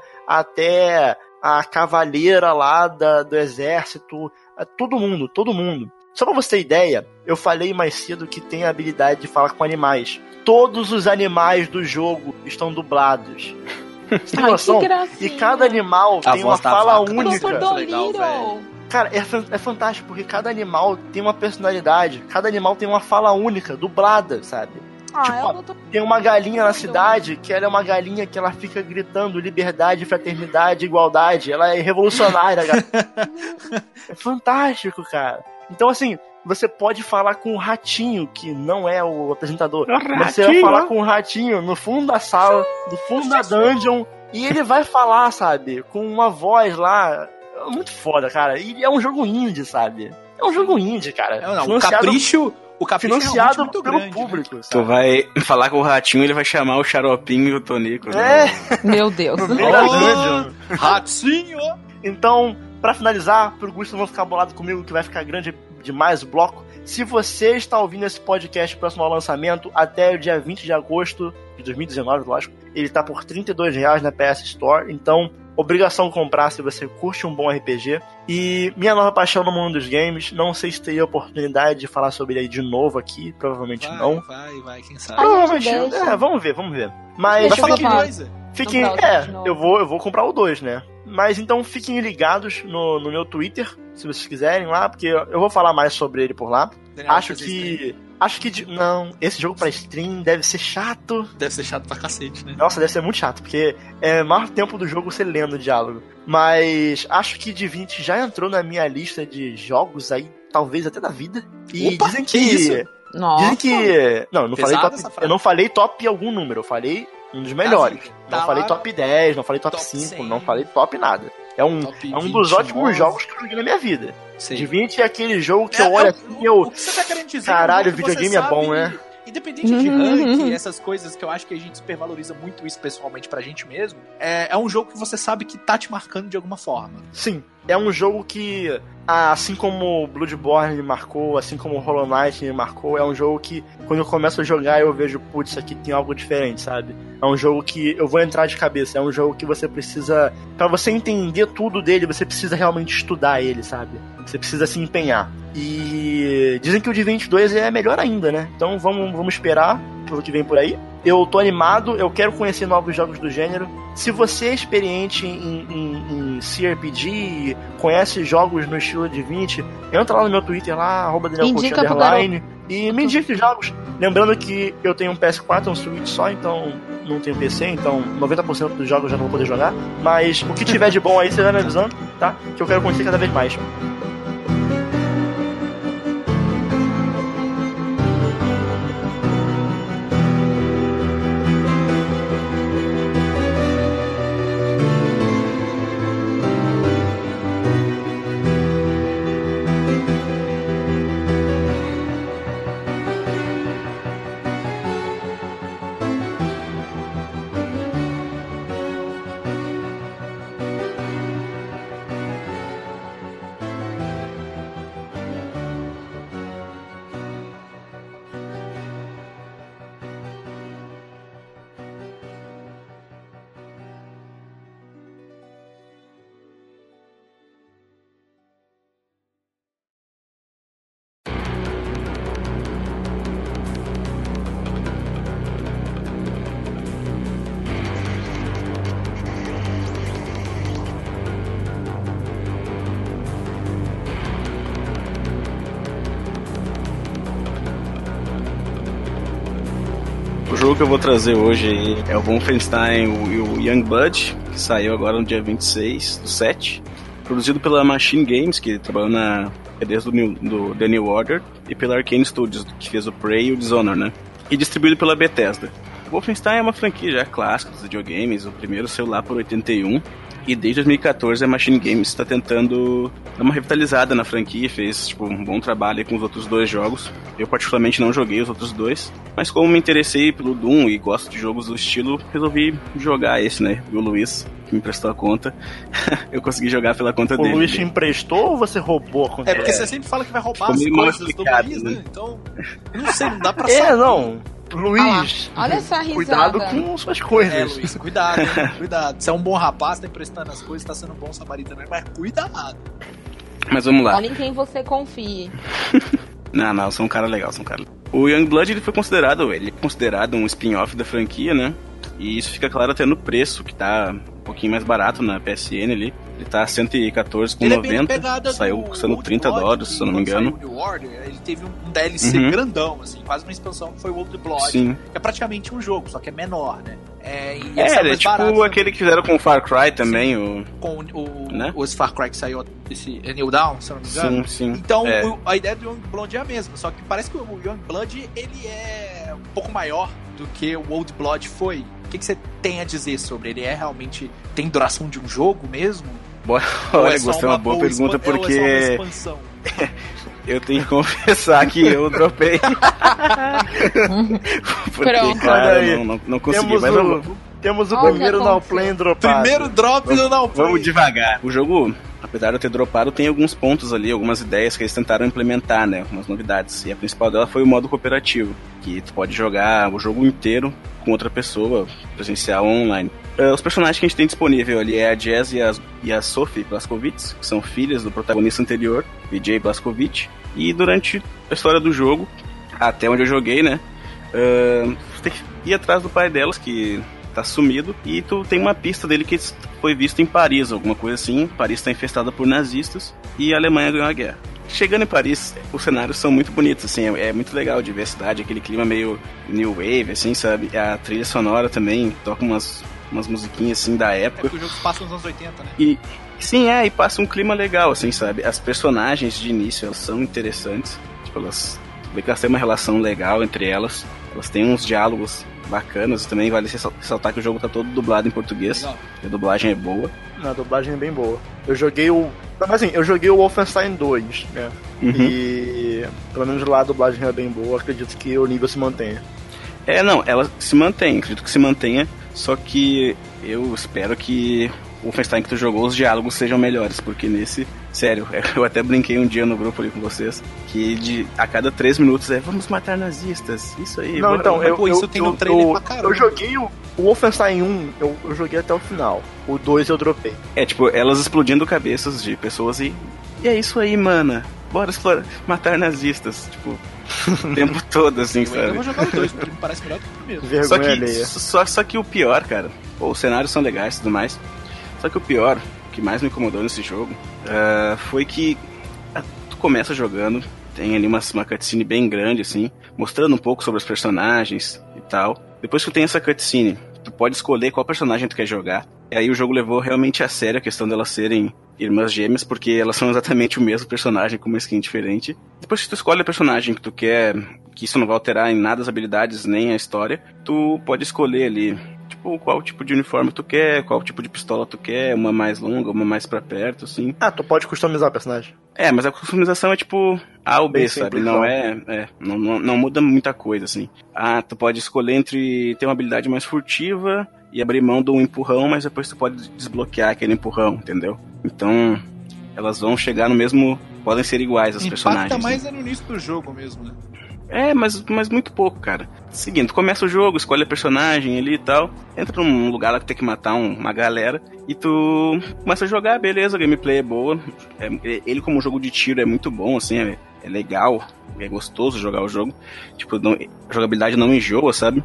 até a cavaleira lá da, do exército. Todo mundo, todo mundo. Só pra você ter ideia, eu falei mais cedo que tem a habilidade de falar com animais. Todos os animais do jogo estão dublados. Você tem noção? E cada animal a tem uma fala vaca, única. legal, Cara, é, é fantástico, porque cada animal tem uma personalidade, cada animal tem uma fala única, dublada, sabe? Ah, tipo, tô... tem uma galinha na cidade, que ela é uma galinha que ela fica gritando liberdade, fraternidade, igualdade. Ela é revolucionária, cara. É fantástico, cara. Então, assim, você pode falar com o ratinho, que não é o apresentador. O você vai falar com o ratinho no fundo da sala, no fundo da dungeon, e ele vai falar, sabe? Com uma voz lá... Muito foda, cara. E é um jogo indie, sabe? É um jogo indie, cara. É, não, o capricho, o capricho financiado é muito pelo grande, público. Né? Tu vai falar com o ratinho, ele vai chamar o Xaropinho e o Tonico. É. Né? Meu Deus. No meio da dungeon. Ratinho! Então, pra finalizar, pro Gusto não ficar bolado comigo, que vai ficar grande demais o bloco, se você está ouvindo esse podcast próximo ao lançamento, até o dia vinte de agosto de dois mil e dezenove, lógico, ele tá por trinta e dois reais na P S Store, então obrigação comprar se você curte um bom R P G. E minha nova paixão no mundo dos games, não sei se teria oportunidade de falar sobre ele de novo aqui, provavelmente vai, não. Vai, vai, quem sabe. Provavelmente, deixa. é, vamos ver, vamos ver. Mas Vai falar fiquem, que coisa. fiquem é, eu vou, eu vou comprar o dois, né? Mas então fiquem ligados no, no meu Twitter, se vocês quiserem lá, porque eu vou falar mais sobre ele por lá. Daniel, Acho que... Acho que... De, não, esse jogo pra stream deve ser chato. Deve ser chato pra cacete, né? Nossa, deve ser muito chato, porque é maior tempo do jogo você lendo o diálogo. Mas acho que Divinity já entrou na minha lista de jogos aí, talvez até da vida. E Opa, dizem que... que isso? Nossa. Dizem que... Não, eu não falei Pesada top, essa frase. eu não falei top algum número, eu falei um dos melhores. Tá, não tá falei lá, top dez, não falei top, top cinco, cem. não falei top nada. É um, Top é um vinte, dos ótimos nove. jogos que eu joguei na minha vida. Sei. Divinity é aquele jogo que É, eu olho é, assim e eu... O que você tá querendo dizer? Caralho, é um jogo que videogame você é bom, sabe, né? Independente de rank, essas coisas que eu acho que a gente supervaloriza muito isso pessoalmente pra gente mesmo, é, é um jogo que você sabe que tá te marcando de alguma forma. Sim, é um jogo que, assim como Bloodborne me marcou, assim como Hollow Knight me marcou, é um jogo que, quando eu começo a jogar, eu vejo, putz, isso aqui tem algo diferente, sabe? É um jogo que eu vou entrar de cabeça, é um jogo que você precisa, pra você entender tudo dele, você precisa realmente estudar ele, sabe? Você precisa se empenhar. E dizem que o Divinity dois é melhor ainda, né? Então vamos, vamos esperar pelo que vem por aí. Eu tô animado, eu quero conhecer novos jogos do gênero. Se você é experiente em, em, em C R P G, conhece jogos no estilo Divinity, entra lá no meu Twitter, lá, arroba Daniel Coutinho Underline, e me indique jogos. Lembrando que eu tenho um P S quatro, um Switch só, então não tenho P C, então noventa por cento dos jogos eu já não vou poder jogar. Mas o que tiver de bom aí, você vai me avisando, tá? Que eu quero conhecer cada vez mais. O jogo que eu vou trazer hoje aí é o Wolfenstein e o Youngblood, que saiu agora no dia vinte e seis do sete, produzido pela Machine Games, que trabalhou na desde do, New, do The New Order, e pela Arcane Studios, que fez o Prey e o Dishonored, né? E distribuído pela Bethesda. O Wolfenstein é uma franquia já clássica dos videogames, o primeiro saiu lá por oitenta e um, e desde dois mil e catorze a Machine Games está tentando dar uma revitalizada na franquia, fez tipo, um bom trabalho aí com os outros dois jogos. Eu particularmente não joguei os outros dois, mas como me interessei pelo Doom e gosto de jogos do estilo, resolvi jogar esse, né? E o Luiz, que me emprestou a conta, eu consegui jogar pela conta O dele. O Luiz te emprestou ou você roubou a conta? É, porque você sempre fala que vai roubar Ficou as meio mal coisas do explicado, Luiz, né? né? Então, eu não sei, não dá pra É, saber. não. Luiz, Ah lá, olha essa risada. cuidado com suas coisas. É, Luiz, cuidado, hein? Cuidado. Você é um bom rapaz, tá emprestando as coisas, tá sendo um bom samaritano, mas cuidado. Mas vamos lá. Olha em quem você confie. Não, não, eu sou um cara legal, sou um cara legal. O Youngblood, ele foi considerado, ele é considerado um spin-off da franquia, né? E isso fica claro até no preço, que tá um pouquinho mais barato na P S N ali. Ele tá cento e quatorze reais e noventa centavos, saiu custando trinta dólares, se eu não me engano. O New Order, ele teve um D L C Uhum. grandão, assim, quase uma expansão que foi o Old Blood. Sim. Que é praticamente um jogo, só que é menor, né? É, e É, saiu ele é mais tipo barato, aquele que fizeram com o Far Cry também, o... com o, né? os Far Cry que saiu, esse é New Dawn, se eu não me engano. Sim, sim. Então, é. o- a ideia do Youngblood é a mesma, só que parece que o Youngblood, ele é um pouco maior do que o Old Blood foi. O que, que você tem a dizer sobre ele? É realmente, tem duração de um jogo mesmo? Boa, Ou olha, só gostei, uma boa pergunta, expan- ou é só uma porque expansão? eu tenho que confessar que eu dropei. Porque, Pronto. cara, Olha aí. não, não, não consegui, Temos mas o, temos o Olha primeiro como Now Play dropado. Primeiro drop do Now Play. vamos devagar. O jogo, apesar de eu ter dropado, tem alguns pontos ali, algumas ideias que eles tentaram implementar, né? Algumas novidades. E a principal dela foi o modo cooperativo, que tu pode jogar o jogo inteiro com outra pessoa, presencial ou online. Uh, os personagens que a gente tem disponível ali é a Jazz e a, e a Sophie Blazkowicz, que são filhas do protagonista anterior, Vijay Blazkowicz. E durante a história do jogo, até onde eu joguei, né? Uh, tu tem que ir atrás do pai delas, que tá sumido, e tu tem uma pista dele que foi visto em Paris, alguma coisa assim. Paris tá infestada por nazistas e a Alemanha ganhou a guerra. Chegando em Paris, os cenários são muito bonitos, assim, é, é muito legal de ver a cidade, aquele clima meio new wave, assim, sabe? A trilha sonora também toca umas, umas musiquinhas, assim, da época. É porque o jogo passa nos anos oitenta, né? E, sim, é, e passa um clima legal, assim, sabe? As personagens de início, elas são interessantes, tipo, elas, vê que elas têm uma relação legal entre elas, elas têm uns diálogos bacanas, também vale ressaltar que o jogo tá todo dublado em português. Legal. A dublagem é boa. A dublagem é bem boa. Eu joguei o... Mas assim, eu joguei o Wolfenstein dois, né? Uhum. E pelo menos lá a dublagem é bem boa, acredito que o nível se mantenha. É, não, ela se mantém, acredito que se mantenha, só que eu espero que o Wolfenstein que tu jogou, os diálogos sejam melhores, porque nesse, sério, eu até brinquei um dia no grupo ali com vocês, que de, a cada três minutos é, vamos matar nazistas, isso aí. Não, bora, então, eu, pô, eu, isso tem eu, no trailer eu, pra caramba. Eu joguei o, o Wolfenstein um, eu, eu joguei até o final, o dois eu dropei. É, tipo, elas explodindo cabeças de pessoas e, e é isso aí, mana, bora explorar, matar nazistas, tipo... o tempo todo, assim, sabe? Eu vou jogar o dois, porque me parece melhor que o primeiro. Vergonha só que, alheia. só, só que o pior, cara, pô, os cenários são legais e tudo mais, só que o pior, o que mais me incomodou nesse jogo, uh, foi que uh, tu começa jogando, tem ali uma, uma cutscene bem grande, assim, mostrando um pouco sobre os personagens e tal. Depois que tu tem essa cutscene, tu pode escolher qual personagem tu quer jogar. E aí o jogo levou realmente a sério a questão delas serem irmãs gêmeas, porque elas são exatamente o mesmo personagem com uma skin diferente. Depois que tu escolhe a personagem que tu quer, que isso não vai alterar em nada as habilidades nem a história, tu pode escolher ali, tipo, qual tipo de uniforme tu quer, qual tipo de pistola tu quer, uma mais longa, uma mais pra perto, assim. Ah, tu pode customizar o personagem. É, mas a customização é tipo A ou B, bem sabe? simples, Não é, é não, não, não muda muita coisa, assim. Ah, tu pode escolher entre ter uma habilidade mais furtiva e abrir mão de um empurrão, mas depois tu pode desbloquear aquele empurrão, entendeu? Então, elas vão chegar no mesmo... Podem ser iguais as personagens. Impacta mais né? é no início do jogo mesmo, né? É, mas, mas muito pouco, cara. Seguinte, tu começa o jogo, escolhe a personagem ali e tal, entra num lugar lá que tem que matar um, uma galera, e tu começa a jogar, beleza, a gameplay é boa. É, ele como jogo de tiro é muito bom, assim, é, é legal, é gostoso jogar o jogo. Tipo, não, a jogabilidade não enjoa, sabe?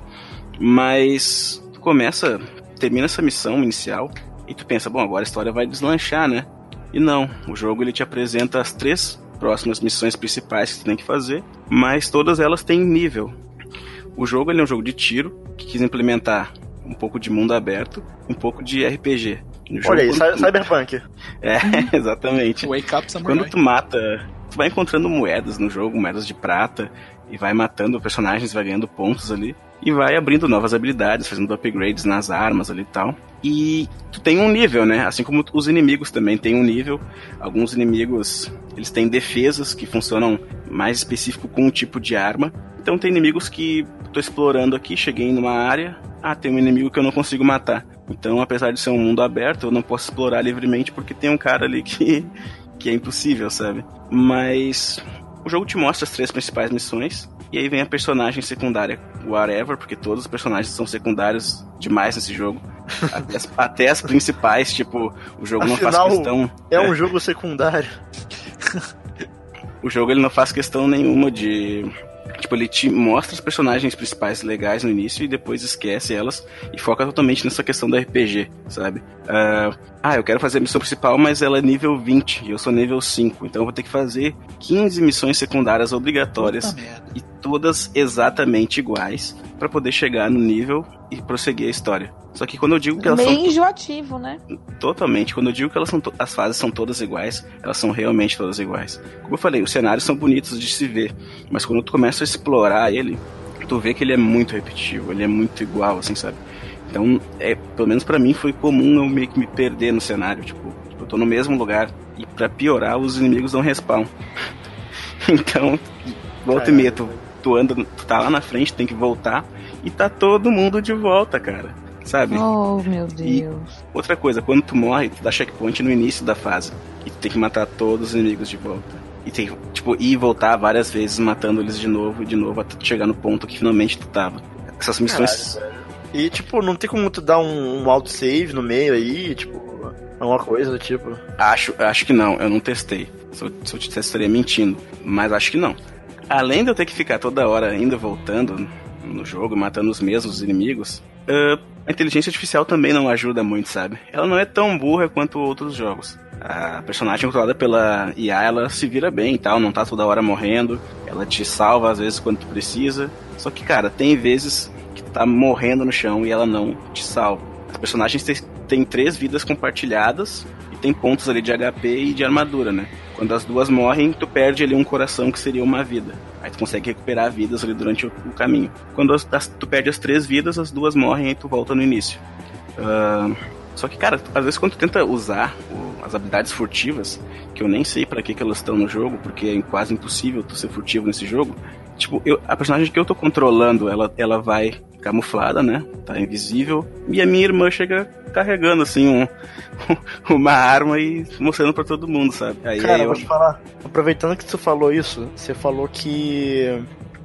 Mas tu começa, termina essa missão inicial, e tu pensa, bom, agora a história vai deslanchar, né? E não, o jogo ele te apresenta as três próximas missões principais que tu tem que fazer, mas todas elas têm nível. O jogo ele é um jogo de tiro que quis implementar um pouco de mundo aberto, um pouco de R P G. No Olha jogo, aí, tu... Cyberpunk. É, exatamente. Wake Up Samurai. Quando tu mata, tu vai encontrando moedas no jogo, moedas de prata, e vai matando personagens, vai ganhando pontos ali, e vai abrindo novas habilidades, fazendo upgrades nas armas ali e tal. E tu tem um nível, né? Assim como os inimigos também têm um nível. Alguns inimigos, eles têm defesas que funcionam mais específico com um tipo de arma. Então tem inimigos que tô explorando aqui, cheguei numa área, ah, tem um inimigo que eu não consigo matar. Então, apesar de ser um mundo aberto, eu não posso explorar livremente porque tem um cara ali que, que é impossível, sabe? Mas o jogo te mostra as três principais missões. E aí vem a personagem secundária, whatever, porque todos os personagens são secundários demais nesse jogo. Até as, até as principais, tipo, o jogo Afinal, não faz questão... É, é um jogo secundário. O jogo ele não faz questão nenhuma de... Tipo, ele te mostra os personagens principais legais no início e depois esquece elas e foca totalmente nessa questão do R P G, sabe? Uh, ah, eu quero fazer a missão principal, mas ela é nível vinte e eu sou nível cinco, então eu vou ter que fazer quinze missões secundárias obrigatórias e todas exatamente iguais pra poder chegar no nível e prosseguir a história. Só que quando eu digo que elas Meio são... Meio enjoativo, né? Totalmente. Quando eu digo que elas são to... as fases são todas iguais, elas são realmente todas iguais. Como eu falei, os cenários são bonitos de se ver, mas quando tu começa a explorar ele, tu vê que ele é muito repetitivo, ele é muito igual, assim, sabe? Então, é, pelo menos pra mim, foi comum eu meio que me perder no cenário. Tipo, tipo eu tô no mesmo lugar e pra piorar, os inimigos dão respawn. Então, volta e meia, tu, tu anda, tu tá lá na frente, tem que voltar e tá todo mundo de volta, cara. sabe? Oh, meu Deus. E outra coisa, quando tu morre, tu dá checkpoint no início da fase. E tu tem que matar todos os inimigos de volta. E tem, tipo, ir e voltar várias vezes matando eles de novo e de novo até tu chegar no ponto que finalmente tu tava. Essas missões... Caralho, e, tipo, não tem como tu dar um, um autosave no meio aí, tipo, alguma coisa do tipo? Acho, acho que não, eu não testei. Se eu, se eu te dissesse, estaria mentindo. Mas acho que não. Além de eu ter que ficar toda hora indo e voltando no jogo, matando os mesmos inimigos, uh, a inteligência artificial também não ajuda muito, sabe? Ela não é tão burra quanto outros jogos. A personagem controlada pela I A, ela se vira bem e tal, não tá toda hora morrendo. Ela te salva às vezes quando tu precisa. Só que, cara, tem vezes que tu tá morrendo no chão e ela não te salva. As personagens têm, têm três vidas compartilhadas e tem pontos ali de H P e de armadura, né? Quando as duas morrem, tu perde ali um coração que seria uma vida. Aí tu consegue recuperar vidas ali durante o, o caminho. Quando as, as, tu perde as três vidas, as duas morrem e tu volta no início. Uh, só que, cara, às vezes quando tu tenta usar o, as habilidades furtivas, que eu nem sei pra que, que elas estão no jogo, porque é quase impossível tu ser furtivo nesse jogo. Tipo, eu, a personagem que eu tô controlando, ela, ela vai camuflada, né? Tá invisível. E a minha irmã chega carregando, assim, um, uma arma e mostrando pra todo mundo, sabe? Aí, Cara, aí eu vou te falar. Aproveitando que tu falou isso, você falou que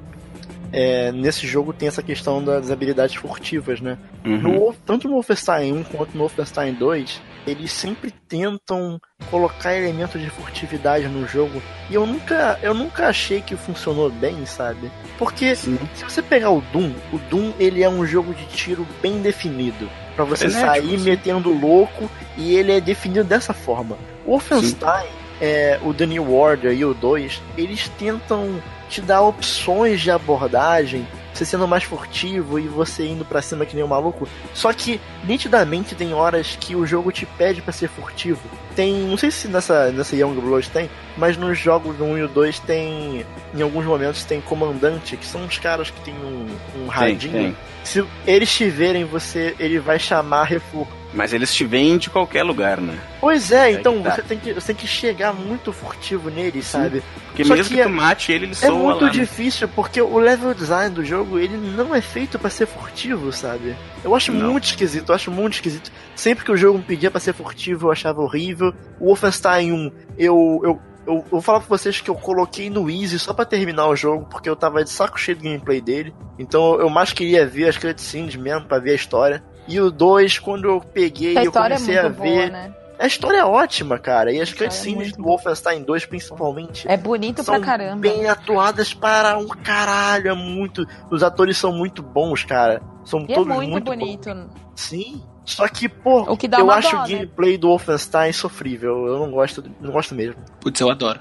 é, nesse jogo tem essa questão das habilidades furtivas, né? Uhum. No, tanto no Wolfenstein um quanto no Wolfenstein dois, eles sempre tentam colocar elementos de furtividade no jogo. E eu nunca, eu nunca achei que funcionou bem, sabe? Porque Sim. se você pegar o Doom, o Doom ele é um jogo de tiro bem definido. Pra você Frenético, sair sim. metendo louco, e ele é definido dessa forma. O Wolfenstein, é, o The New Order e o dois, eles tentam te dar opções de abordagem, você sendo mais furtivo e você indo pra cima que nem um maluco. Só que, nitidamente, tem horas que o jogo te pede pra ser furtivo. Tem, não sei se nessa, nessa Youngblood tem, mas nos jogos do um e o dois tem, em alguns momentos, tem comandante, que são os caras que tem um, um radinho. Tem, tem. Se eles te verem, você, ele vai chamar refúgio. Mas eles te veem de qualquer lugar, né? Pois é, então que tá. você, tem que, você tem que chegar muito furtivo nele, sabe? Porque Só mesmo que que, é- tu mate ele, ele É soa muito lá, né? difícil, porque o level design do jogo, ele não é feito pra ser furtivo, sabe? Eu acho Não. muito esquisito, eu acho muito esquisito. Sempre que o jogo me pedia pra ser furtivo, eu achava horrível. O Wolfenstein um, eu... eu Eu, eu vou falar pra vocês que eu coloquei no Easy só pra terminar o jogo, porque eu tava de saco cheio do gameplay dele. Então eu mais queria ver as cutscenes mesmo, pra ver a história. E o dois, quando eu peguei A e eu história é comecei muito a boa, ver... né? A história é ótima, cara. E as história é cutscenes muito do boa. Wolfenstein dois, principalmente, É bonito são pra caramba. bem atuadas para um caralho. É muito... Os atores são muito bons, cara. São E é todos muito, muito bonito. bons. Sim. Só que, pô, O que dá eu uma acho dó, o né? gameplay do Wolfenstein sofrível. Eu não gosto, não gosto mesmo. Putz, eu adoro.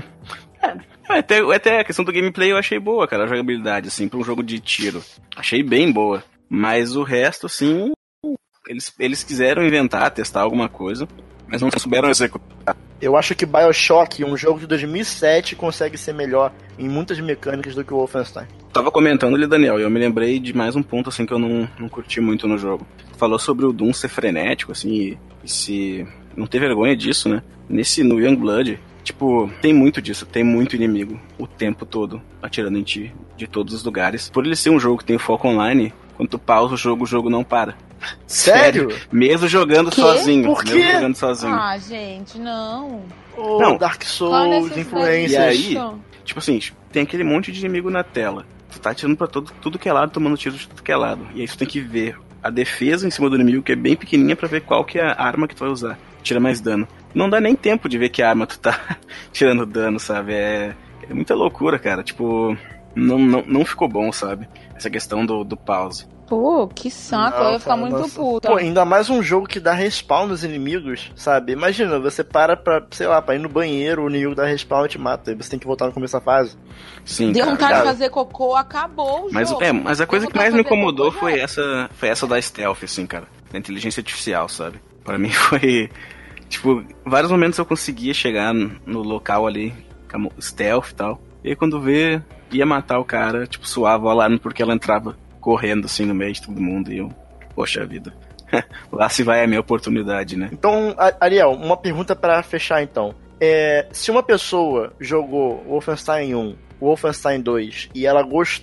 É, Até, até a questão do gameplay eu achei boa, cara, a jogabilidade, assim, pra um jogo de tiro. Achei bem boa. Mas o resto, assim, eles, eles quiseram inventar, testar alguma coisa, mas não souberam executar. Eu acho que BioShock, um jogo de dois mil e sete, consegue ser melhor em muitas mecânicas do que o Wolfenstein. Tava comentando ali, Daniel, e eu me lembrei de mais um ponto, assim, que eu não, não curti muito no jogo. Falou sobre o Doom ser frenético, assim, e, e se... não ter vergonha disso, né? Nesse, no Youngblood, tipo, tem muito disso, tem muito inimigo o tempo todo atirando em ti, de todos os lugares. Por ele ser um jogo que tem foco online, quando tu pausa o jogo, o jogo não para. Sério? Mesmo jogando Quê? sozinho. Por quê? Mesmo jogando sozinho. Ah, gente, não. Ô, Não. Dark Qual a Souls, necessidade influências. E aí, disso? Tipo assim, tem aquele monte de inimigo na tela. Tu tá atirando pra todo, tudo que é lado, tomando tiro de tudo que é lado. E aí tu tem que ver a defesa em cima do inimigo, que é bem pequenininha, pra ver qual que é a arma que tu vai usar. Tira mais dano. Não dá nem tempo de ver que arma tu tá tirando dano, sabe? É, é muita loucura, cara. Tipo, não, não, não ficou bom, sabe? Essa questão do, do pause. Pô, que saco, Não, eu ia ficar cara, muito nossa. puta. Pô, ainda mais um jogo que dá respawn nos inimigos, sabe? Imagina, você para pra, sei lá, pra ir no banheiro, o inimigo dá respawn e te mata. Aí você tem que voltar no começo da fase. Sim, Deu cara. vontade cara. de fazer cocô, acabou o Mas, jogo. é, mas a coisa Deu que mais vontade me de fazer incomodou cocô, foi já. essa, foi essa da stealth, assim, cara. Da inteligência artificial, sabe? Pra mim foi... Tipo, vários momentos eu conseguia chegar no local ali, camo- stealth e tal. E aí quando vê, ia matar o cara, tipo, suava o alarme porque ela entrava correndo, assim, no meio de todo mundo. E eu, poxa vida. Lá se vai a minha oportunidade, né? Então, A- Ariel, uma pergunta pra fechar então. É, se uma pessoa jogou Wolfenstein um, Wolfenstein dois, e ela gostou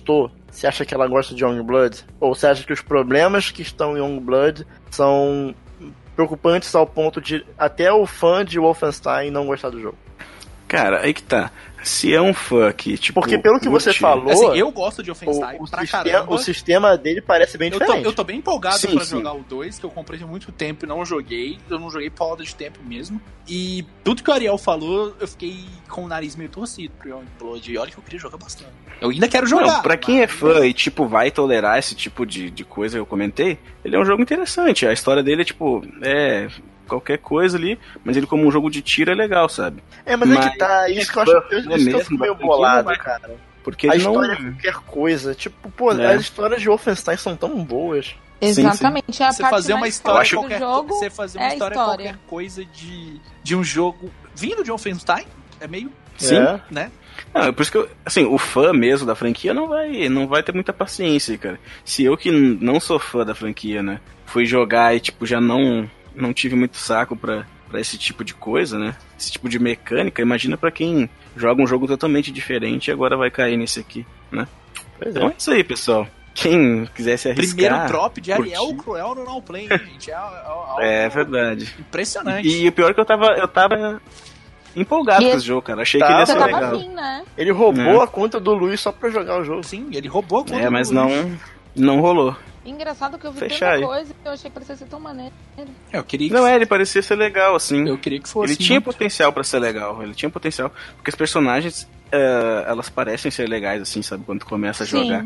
você acha que ela gosta de Youngblood? Ou você acha que os problemas que estão em Youngblood são preocupantes ao ponto de até o fã de Wolfenstein não gostar do jogo? Cara, aí que tá. Se é um fã que, tipo... Porque pelo que curte... você falou... Assim, eu gosto de Wolfenstein o, o pra sistema, caramba. O sistema dele parece bem eu diferente. Tô, eu tô bem empolgado sim, pra sim. jogar o dois, que eu comprei há muito tempo e não joguei. Eu não joguei por falta de tempo mesmo. E tudo que o Ariel falou, eu fiquei com o nariz meio torcido pro Youngblood. E olha que eu queria jogar bastante. Eu ainda quero jogar. Não, pra quem mas... é fã e, tipo, vai tolerar esse tipo de, de coisa que eu comentei, ele é um jogo interessante. A história dele é, tipo, é... qualquer coisa ali, mas ele como um jogo de tiro é legal, sabe? É, mas, mas é que tá, isso que eu acho eu, isso que eu fico meio bolado, cara. Porque a ele história não... é qualquer coisa. Tipo, pô, é. as histórias de Wolfenstein são tão boas. Exatamente, sim, é a você parte fazer uma mais história forte qualquer do jogo. Você fazer uma é história, história qualquer coisa de, de um jogo vindo de Wolfenstein é meio... Sim, é. né? Não, é por isso que eu, assim, o fã mesmo da franquia não vai, não vai ter muita paciência, cara. Se eu que não sou fã da franquia, né, fui jogar e, tipo, já não, não tive muito saco pra, pra esse tipo de coisa, né, esse tipo de mecânica, imagina pra quem joga um jogo totalmente diferente e agora vai cair nesse aqui, né. Pois então é. é isso aí, pessoal. Quem quiser se arriscar... Primeiro drop de Ariel curtir. Cruel no Now Play, gente. É, é, é, é verdade. Impressionante. E, e o pior é que eu tava, eu tava empolgado e com esse jogo, cara. Achei tá, que ele ia Você ser tava legal. assim, né? Ele roubou É. a conta do Luiz só pra jogar o jogo. Sim, ele roubou a conta É, mas do não, Luiz. não rolou. Engraçado que eu vi Fechar tanta aí. coisa e eu achei que parecia ser tão maneiro. Eu queria que, Não é, ele parecia ser legal, assim. eu queria que fosse. Ele tinha muito. potencial pra ser legal, ele tinha potencial. Porque as personagens, eh, elas parecem ser legais, assim, sabe? Quando tu começa a Sim. jogar.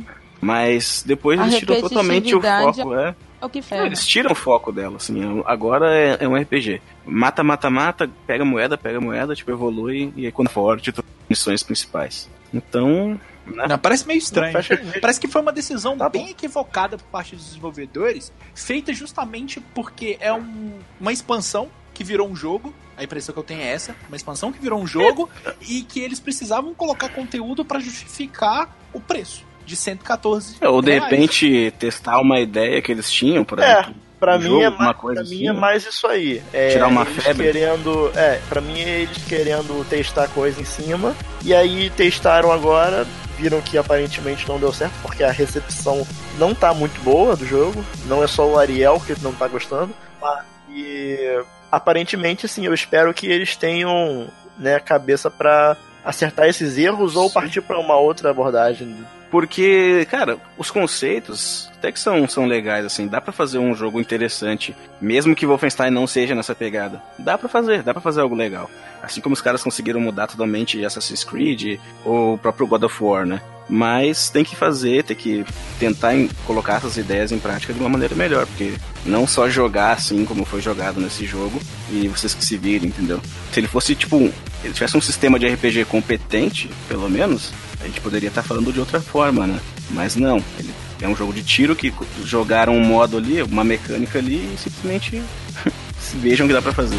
Mas depois A eles tiram totalmente o repetitividade foco, é. É o que Não, ferra. eles tiram o foco dela, assim. Agora é, é um R P G. Mata, mata, mata, pega moeda, pega moeda, tipo, evolui, e aí quando forte, tu missões principais. Então, né? Não, parece meio estranho. Não, fecha- Parece que foi uma decisão Tá bem bom. equivocada por parte dos desenvolvedores, feita justamente porque é um- uma expansão que virou um jogo. A impressão que eu tenho é essa, uma expansão que virou um jogo e que eles precisavam colocar conteúdo pra justificar o preço de cento e quatorze Ou de reais. repente testar uma ideia que eles tinham, por É, exemplo. pra um mim, jogo, é alguma mais, coisa pra mim assim, é né? mais isso aí. É, Tirar uma eles febre. querendo. É, pra mim é eles querendo testar coisa em cima. E aí testaram agora, viram que aparentemente não deu certo, porque a recepção não tá muito boa do jogo. Não é só o Ariel que não tá gostando. Mas, e aparentemente, assim, eu espero que eles tenham, né, cabeça pra acertar esses erros ou Sim. partir pra uma outra abordagem. Porque, cara, os conceitos até que são, são legais, assim. Dá pra fazer um jogo interessante, mesmo que Wolfenstein não seja nessa pegada. Dá pra fazer, dá pra fazer algo legal. Assim como os caras conseguiram mudar totalmente Assassin's Creed ou o próprio God of War, né? Mas tem que fazer, tem que tentar em- colocar essas ideias em prática de uma maneira melhor, porque não só jogar assim como foi jogado nesse jogo e vocês que se virem, entendeu? Se ele fosse, tipo, um- ele tivesse um sistema de R P G competente, pelo menos, a gente poderia estar falando de outra forma, né? Mas não, ele é um jogo de tiro que jogaram um modo ali, uma mecânica ali e simplesmente vejam o que dá pra fazer.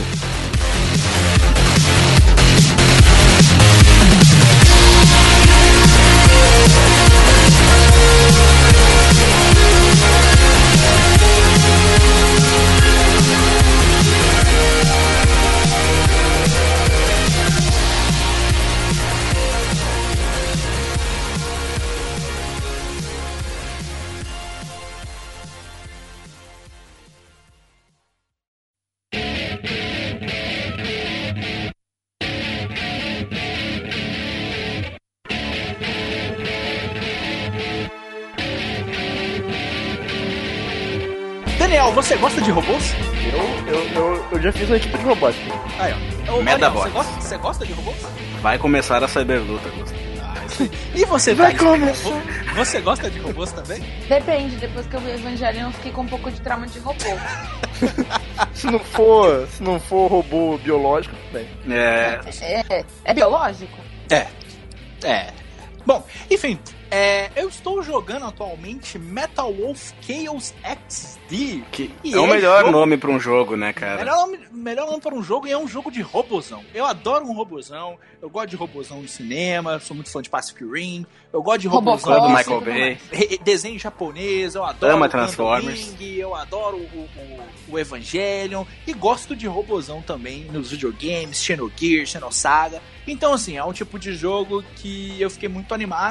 Daniel, você gosta de robôs? Eu, eu, eu, eu já fiz uma equipe de robótica. Aí, ó. Ô, Medabots. Daniel, Você gosta, você gosta de robôs? Vai começar a cyberluta, Augusto. E você, Vai Thaís? começar. Você gosta de robôs também? Depende, depois que eu vi o Evangelion eu fiquei com um pouco de trauma de robô. Se não for, se não for robô biológico, bem. É, É, é biológico? É. É. Bom, enfim, é, eu estou jogando atualmente Metal Wolf Chaos X D. que E é o é melhor jogo- nome pra um jogo, né, cara? Melhor nome, melhor nome para um jogo e é um jogo de robozão. Eu adoro um robozão, eu gosto de robozão no cinema, sou muito fã de Pacific Rim, eu gosto de robozão Robocop, do de Michael tudo Bay. re- desenho japonês, eu adoro Ama o Gundam Transformers. Wing, eu adoro o, o, o Evangelion e gosto de robozão também nos videogames, Xenogears, Xenosaga. Então, assim, é um tipo de jogo que eu fiquei muito animado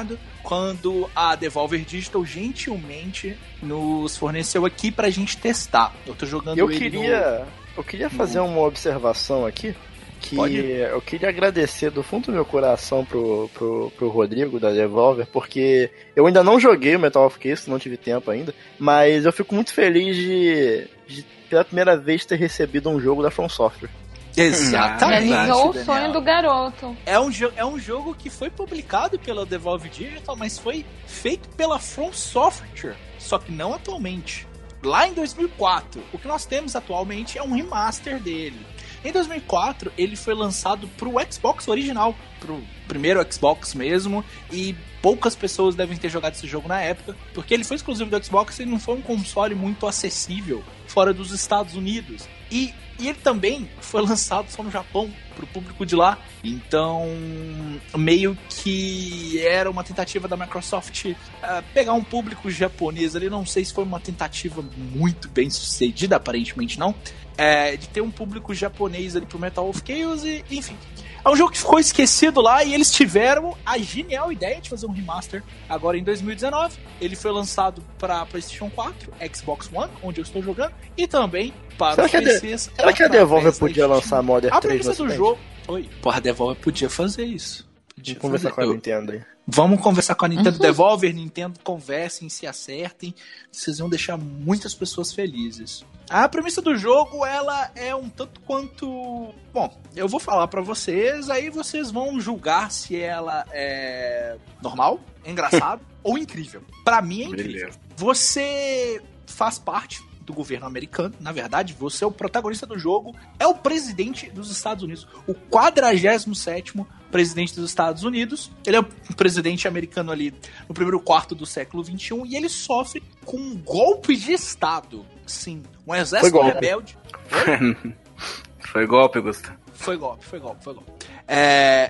quando a Devolver Digital gentilmente nos forneceu aqui pra gente testar. Eu tô jogando Eu ele queria, no... eu queria fazer uma observação aqui, que Pode. eu queria agradecer do fundo do meu coração pro, pro, pro Rodrigo da Devolver, porque eu ainda não joguei o Metal of Chaos, não tive tempo ainda, mas eu fico muito feliz de, de pela primeira vez ter recebido um jogo da From Software. Exatamente. Realizou o Daniel. sonho do garoto. É um, jo- é um jogo que foi publicado pela Devolver Digital, mas foi feito pela From Software, só que não atualmente. Lá em dois mil e quatro, o que nós temos atualmente é um remaster dele. Em dois mil e quatro, ele foi lançado pro Xbox original, pro primeiro Xbox mesmo, e poucas pessoas devem ter jogado esse jogo na época, porque ele foi exclusivo do Xbox e não foi um console muito acessível fora dos Estados Unidos. E E ele também foi lançado só no Japão, pro público de lá. Então, meio que era uma tentativa da Microsoft uh, pegar um público japonês ali. Não sei se foi uma tentativa muito bem sucedida, aparentemente não. É, de ter um público japonês ali pro Metal of Chaos e, enfim. É um jogo que ficou esquecido lá e eles tiveram a genial ideia de fazer um remaster agora em dois mil e dezenove. Ele foi lançado para PlayStation quatro, Xbox One, onde eu estou jogando, e também para Será os que a de- P Cs. Será que a Devolver através da podia Steam. lançar Modern A três no premissa do Ocidente? jogo... Oi. Porra, a Devolver podia fazer isso. Podia Vamos conversar fazer. com a Eu- Nintendo aí. Vamos conversar com a Nintendo. Devolver, Nintendo, conversem, se acertem. Vocês vão deixar muitas pessoas felizes. A premissa do jogo, ela é um tanto quanto... Bom, eu vou falar pra vocês, aí vocês vão julgar se ela é normal, engraçado ou incrível. Pra mim é incrível. Beleza. Você faz parte do governo americano, na verdade, você é o protagonista do jogo, é o presidente dos Estados Unidos, o quadragésimo sétimo presidente dos Estados Unidos. Ele é o presidente americano ali no primeiro quarto do século vinte e um e ele sofre com um golpe de Estado. Sim, um exército Foi golpe. rebelde. Foi golpe, Gustavo. Foi golpe, foi golpe, foi golpe. É...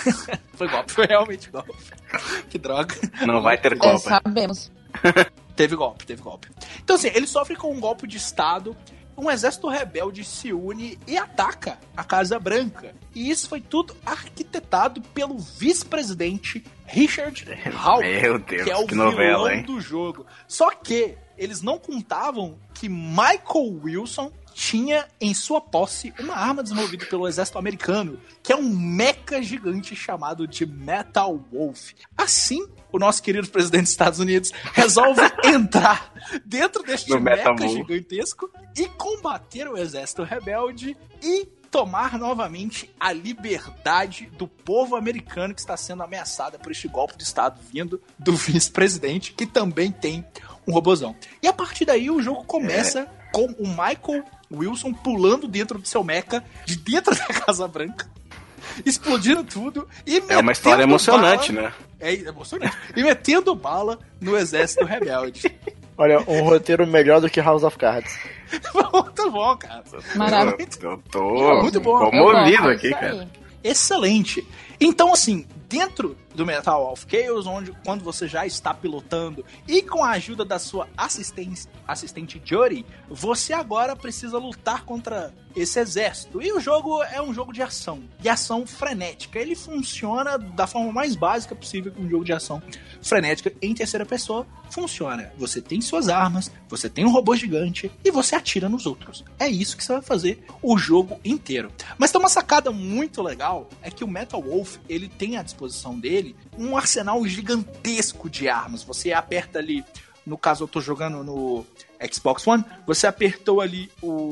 foi golpe, foi realmente golpe. Que droga. Não vai ter É, Copa. sabemos. Teve golpe, teve golpe. Então, assim, ele sofre com um golpe de Estado, um exército rebelde se une e ataca a Casa Branca. E isso foi tudo arquitetado pelo vice-presidente Richard Hawke, Meu Deus, que é o que novela, vilão hein? do jogo. Só que eles não contavam que Michael Wilson tinha em sua posse uma arma desenvolvida pelo exército americano, que é um mecha gigante chamado de Metal Wolf. Assim, o nosso querido presidente dos Estados Unidos resolve entrar dentro deste No Metal mecha Wolf. gigantesco e combater o exército rebelde e tomar novamente a liberdade do povo americano que está sendo ameaçada por este golpe de Estado vindo do vice-presidente, que também tem um robozão. E a partir daí o jogo começa É. com o Michael Wilson pulando dentro do seu mecha, de dentro da Casa Branca, explodindo tudo e É uma história metendo emocionante, bala- né? É emocionante. E metendo bala no exército rebelde. Olha, um roteiro melhor do que House of Cards. Muito bom, cara. Maravilhoso. Eu, eu tô Muito bom. comovido Eu gosto, aqui, é isso cara. aí. Excelente. Então, assim, dentro do Metal of Chaos, onde quando você já está pilotando e com a ajuda da sua assistente, assistente Juri, você agora precisa lutar contra esse exército. E o jogo é um jogo de ação, de ação frenética. Ele funciona da forma mais básica possível que um jogo de ação frenética em terceira pessoa funciona. Você tem suas armas, você tem um robô gigante e você atira nos outros. É isso que você vai fazer o jogo inteiro. Mas tem uma sacada muito legal, é que o Metal Wolf, ele tem à disposição dele um arsenal gigantesco de armas. Você aperta ali, no caso eu tô jogando no Xbox One, você apertou ali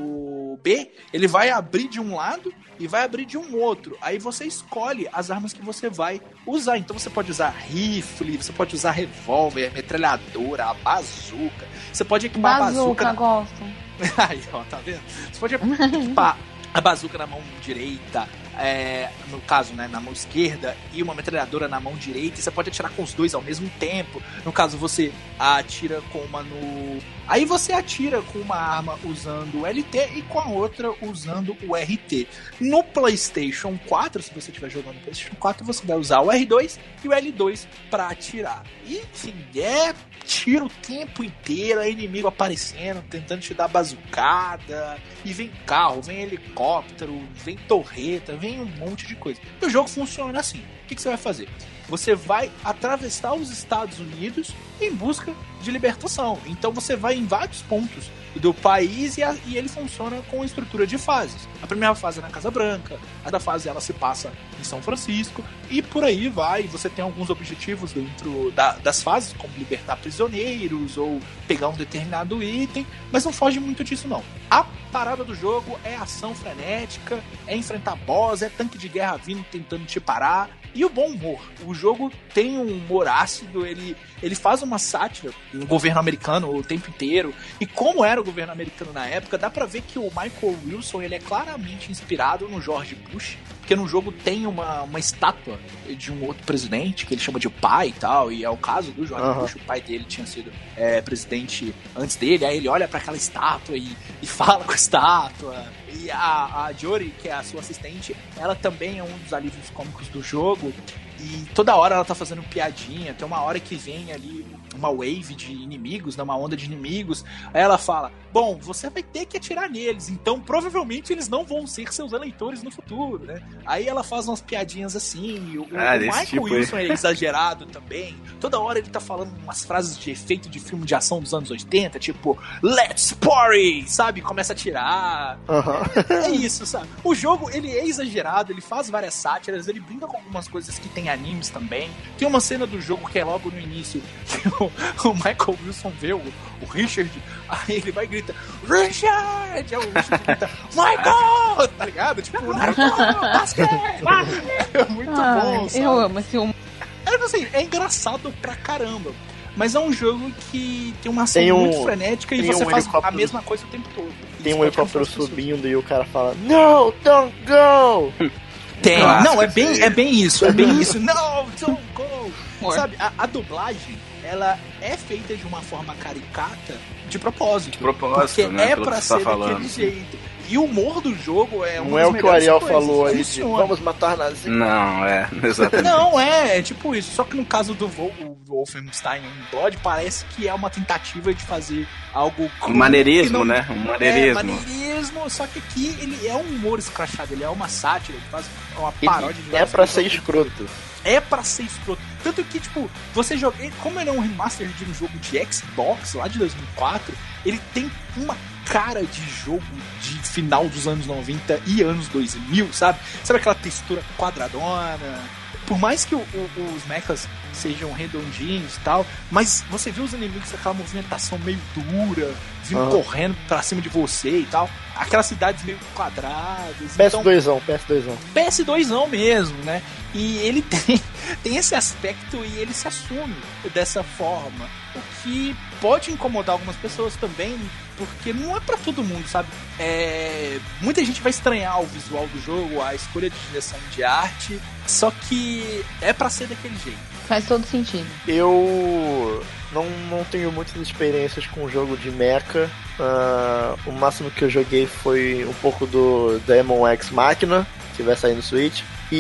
o B, ele vai abrir de um lado e vai abrir de um outro. Aí você escolhe as armas que você vai usar. Então você pode usar rifle, você pode usar revólver, metralhadora, a bazuca. Você pode equipar Bazuca, a bazuca. gosto. Aí, ó, tá vendo? Você pode equipar a bazuca na mão direita, é, no caso, né, na mão esquerda, e uma metralhadora na mão direita, e você pode atirar com os dois ao mesmo tempo. No caso, você atira com uma no... Aí você atira com uma arma usando o L T e com a outra usando o R T. No PlayStation quatro, se você estiver jogando no PlayStation quatro, você vai usar o R dois e o L dois pra atirar. E, enfim, é tiro o tempo inteiro, é inimigo aparecendo, tentando te dar bazucada, e vem carro, vem helicóptero, vem torreta, vem um monte de coisa. E o jogo funciona assim. O que, que você vai fazer? você vai atravessar os Estados Unidos em busca de libertação. Então você vai em vários pontos do país e, a, e ele funciona com estrutura de fases. A primeira fase é na Casa Branca, a da fase ela se passa em São Francisco e por aí vai. Você tem alguns objetivos dentro da, das fases, como libertar prisioneiros ou pegar um determinado item, mas não foge muito disso não. A parada do jogo é ação frenética, é enfrentar boss, é tanque de guerra vindo tentando te parar. E o bom humor. O jogo tem um humor ácido, ele, ele faz uma sátira no governo americano o tempo inteiro. E como era o governo americano na época, dá pra ver que o Michael Wilson ele é claramente inspirado no George Bush. Porque no jogo tem uma, uma estátua de um outro presidente, que ele chama de pai e tal, e é o caso do George uhum. Bush, o pai dele tinha sido é, presidente antes dele, aí ele olha pra aquela estátua e, e fala com a estátua. E a, a Jory, que é a sua assistente, ela também é um dos alívios cômicos do jogo. E toda hora ela tá fazendo piadinha. Tem uma hora que vem ali uma wave de inimigos, né, uma onda de inimigos. Aí ela fala, bom, você vai ter que atirar neles, então provavelmente eles não vão ser seus eleitores no futuro, né? Aí ela faz umas piadinhas assim. O, ah, o Michael tipo Wilson é exagerado também. Toda hora ele tá falando umas frases de efeito de filme de ação dos anos oitenta, tipo, let's party, sabe? Começa a atirar. Uhum. É isso, sabe? O jogo, ele é exagerado, ele faz várias sátiras, ele brinca com algumas coisas que tem animes também. Tem uma cena do jogo que é logo no início, que o, o Michael Wilson vê o, o Richard, aí ele vai e grita, Richard! Aí o Richard grita, Michael! Tá ligado? Tipo, Michael! Basquete! É muito ah, bom, sabe? Eu amo esse humor. É, assim, é engraçado pra caramba. Mas é um jogo que tem uma ação tem um, muito frenética e você um faz a mesma coisa o tempo todo. Tem um helicóptero subindo e o cara fala, no, don't go! Tem, Nossa, não, é bem, é bem isso, é bem isso. Não, don't go! Sabe, a, a dublagem, ela é feita de uma forma caricata de propósito. De propósito, porque né? é pra ser tá daquele jeito. E o humor do jogo é uma Não é o que o Ariel falou aí de vamos matar nazis. Não, é, exatamente. Não, é, é tipo isso. Só que no caso do Wolfenstein Blood, parece que é uma tentativa de fazer algo... Um maneirismo, não... né? Um maneirismo. É, maneirismo, só que aqui ele é um humor escrachado, ele é uma sátira, ele faz uma paródia de... É pra ser escroto. É pra ser escroto. Tanto que, tipo, você joga... Como ele é um remaster de um jogo de Xbox, lá de dois mil e quatro, ele tem uma cara de jogo de final dos anos noventa e anos dois mil, sabe? Sabe aquela textura quadradona? Por mais que o, o, os mechas sejam redondinhos e tal, mas você vê os inimigos com aquela movimentação meio dura, vindo uhum. correndo pra cima de você e tal. Aquelas cidades meio quadradas. P S dois, P S dois. P S dois mesmo, né? E ele tem, tem esse aspecto e ele se assume dessa forma. O que pode incomodar algumas pessoas também, porque não é pra todo mundo, sabe? É, muita gente vai estranhar o visual do jogo, a escolha de direção de arte, só que é pra ser daquele jeito. Faz todo sentido. Eu não, não tenho muitas experiências com jogo de mecha. Uh, o máximo que eu joguei foi um pouco do Demon X Machina, que vai sair no Switch.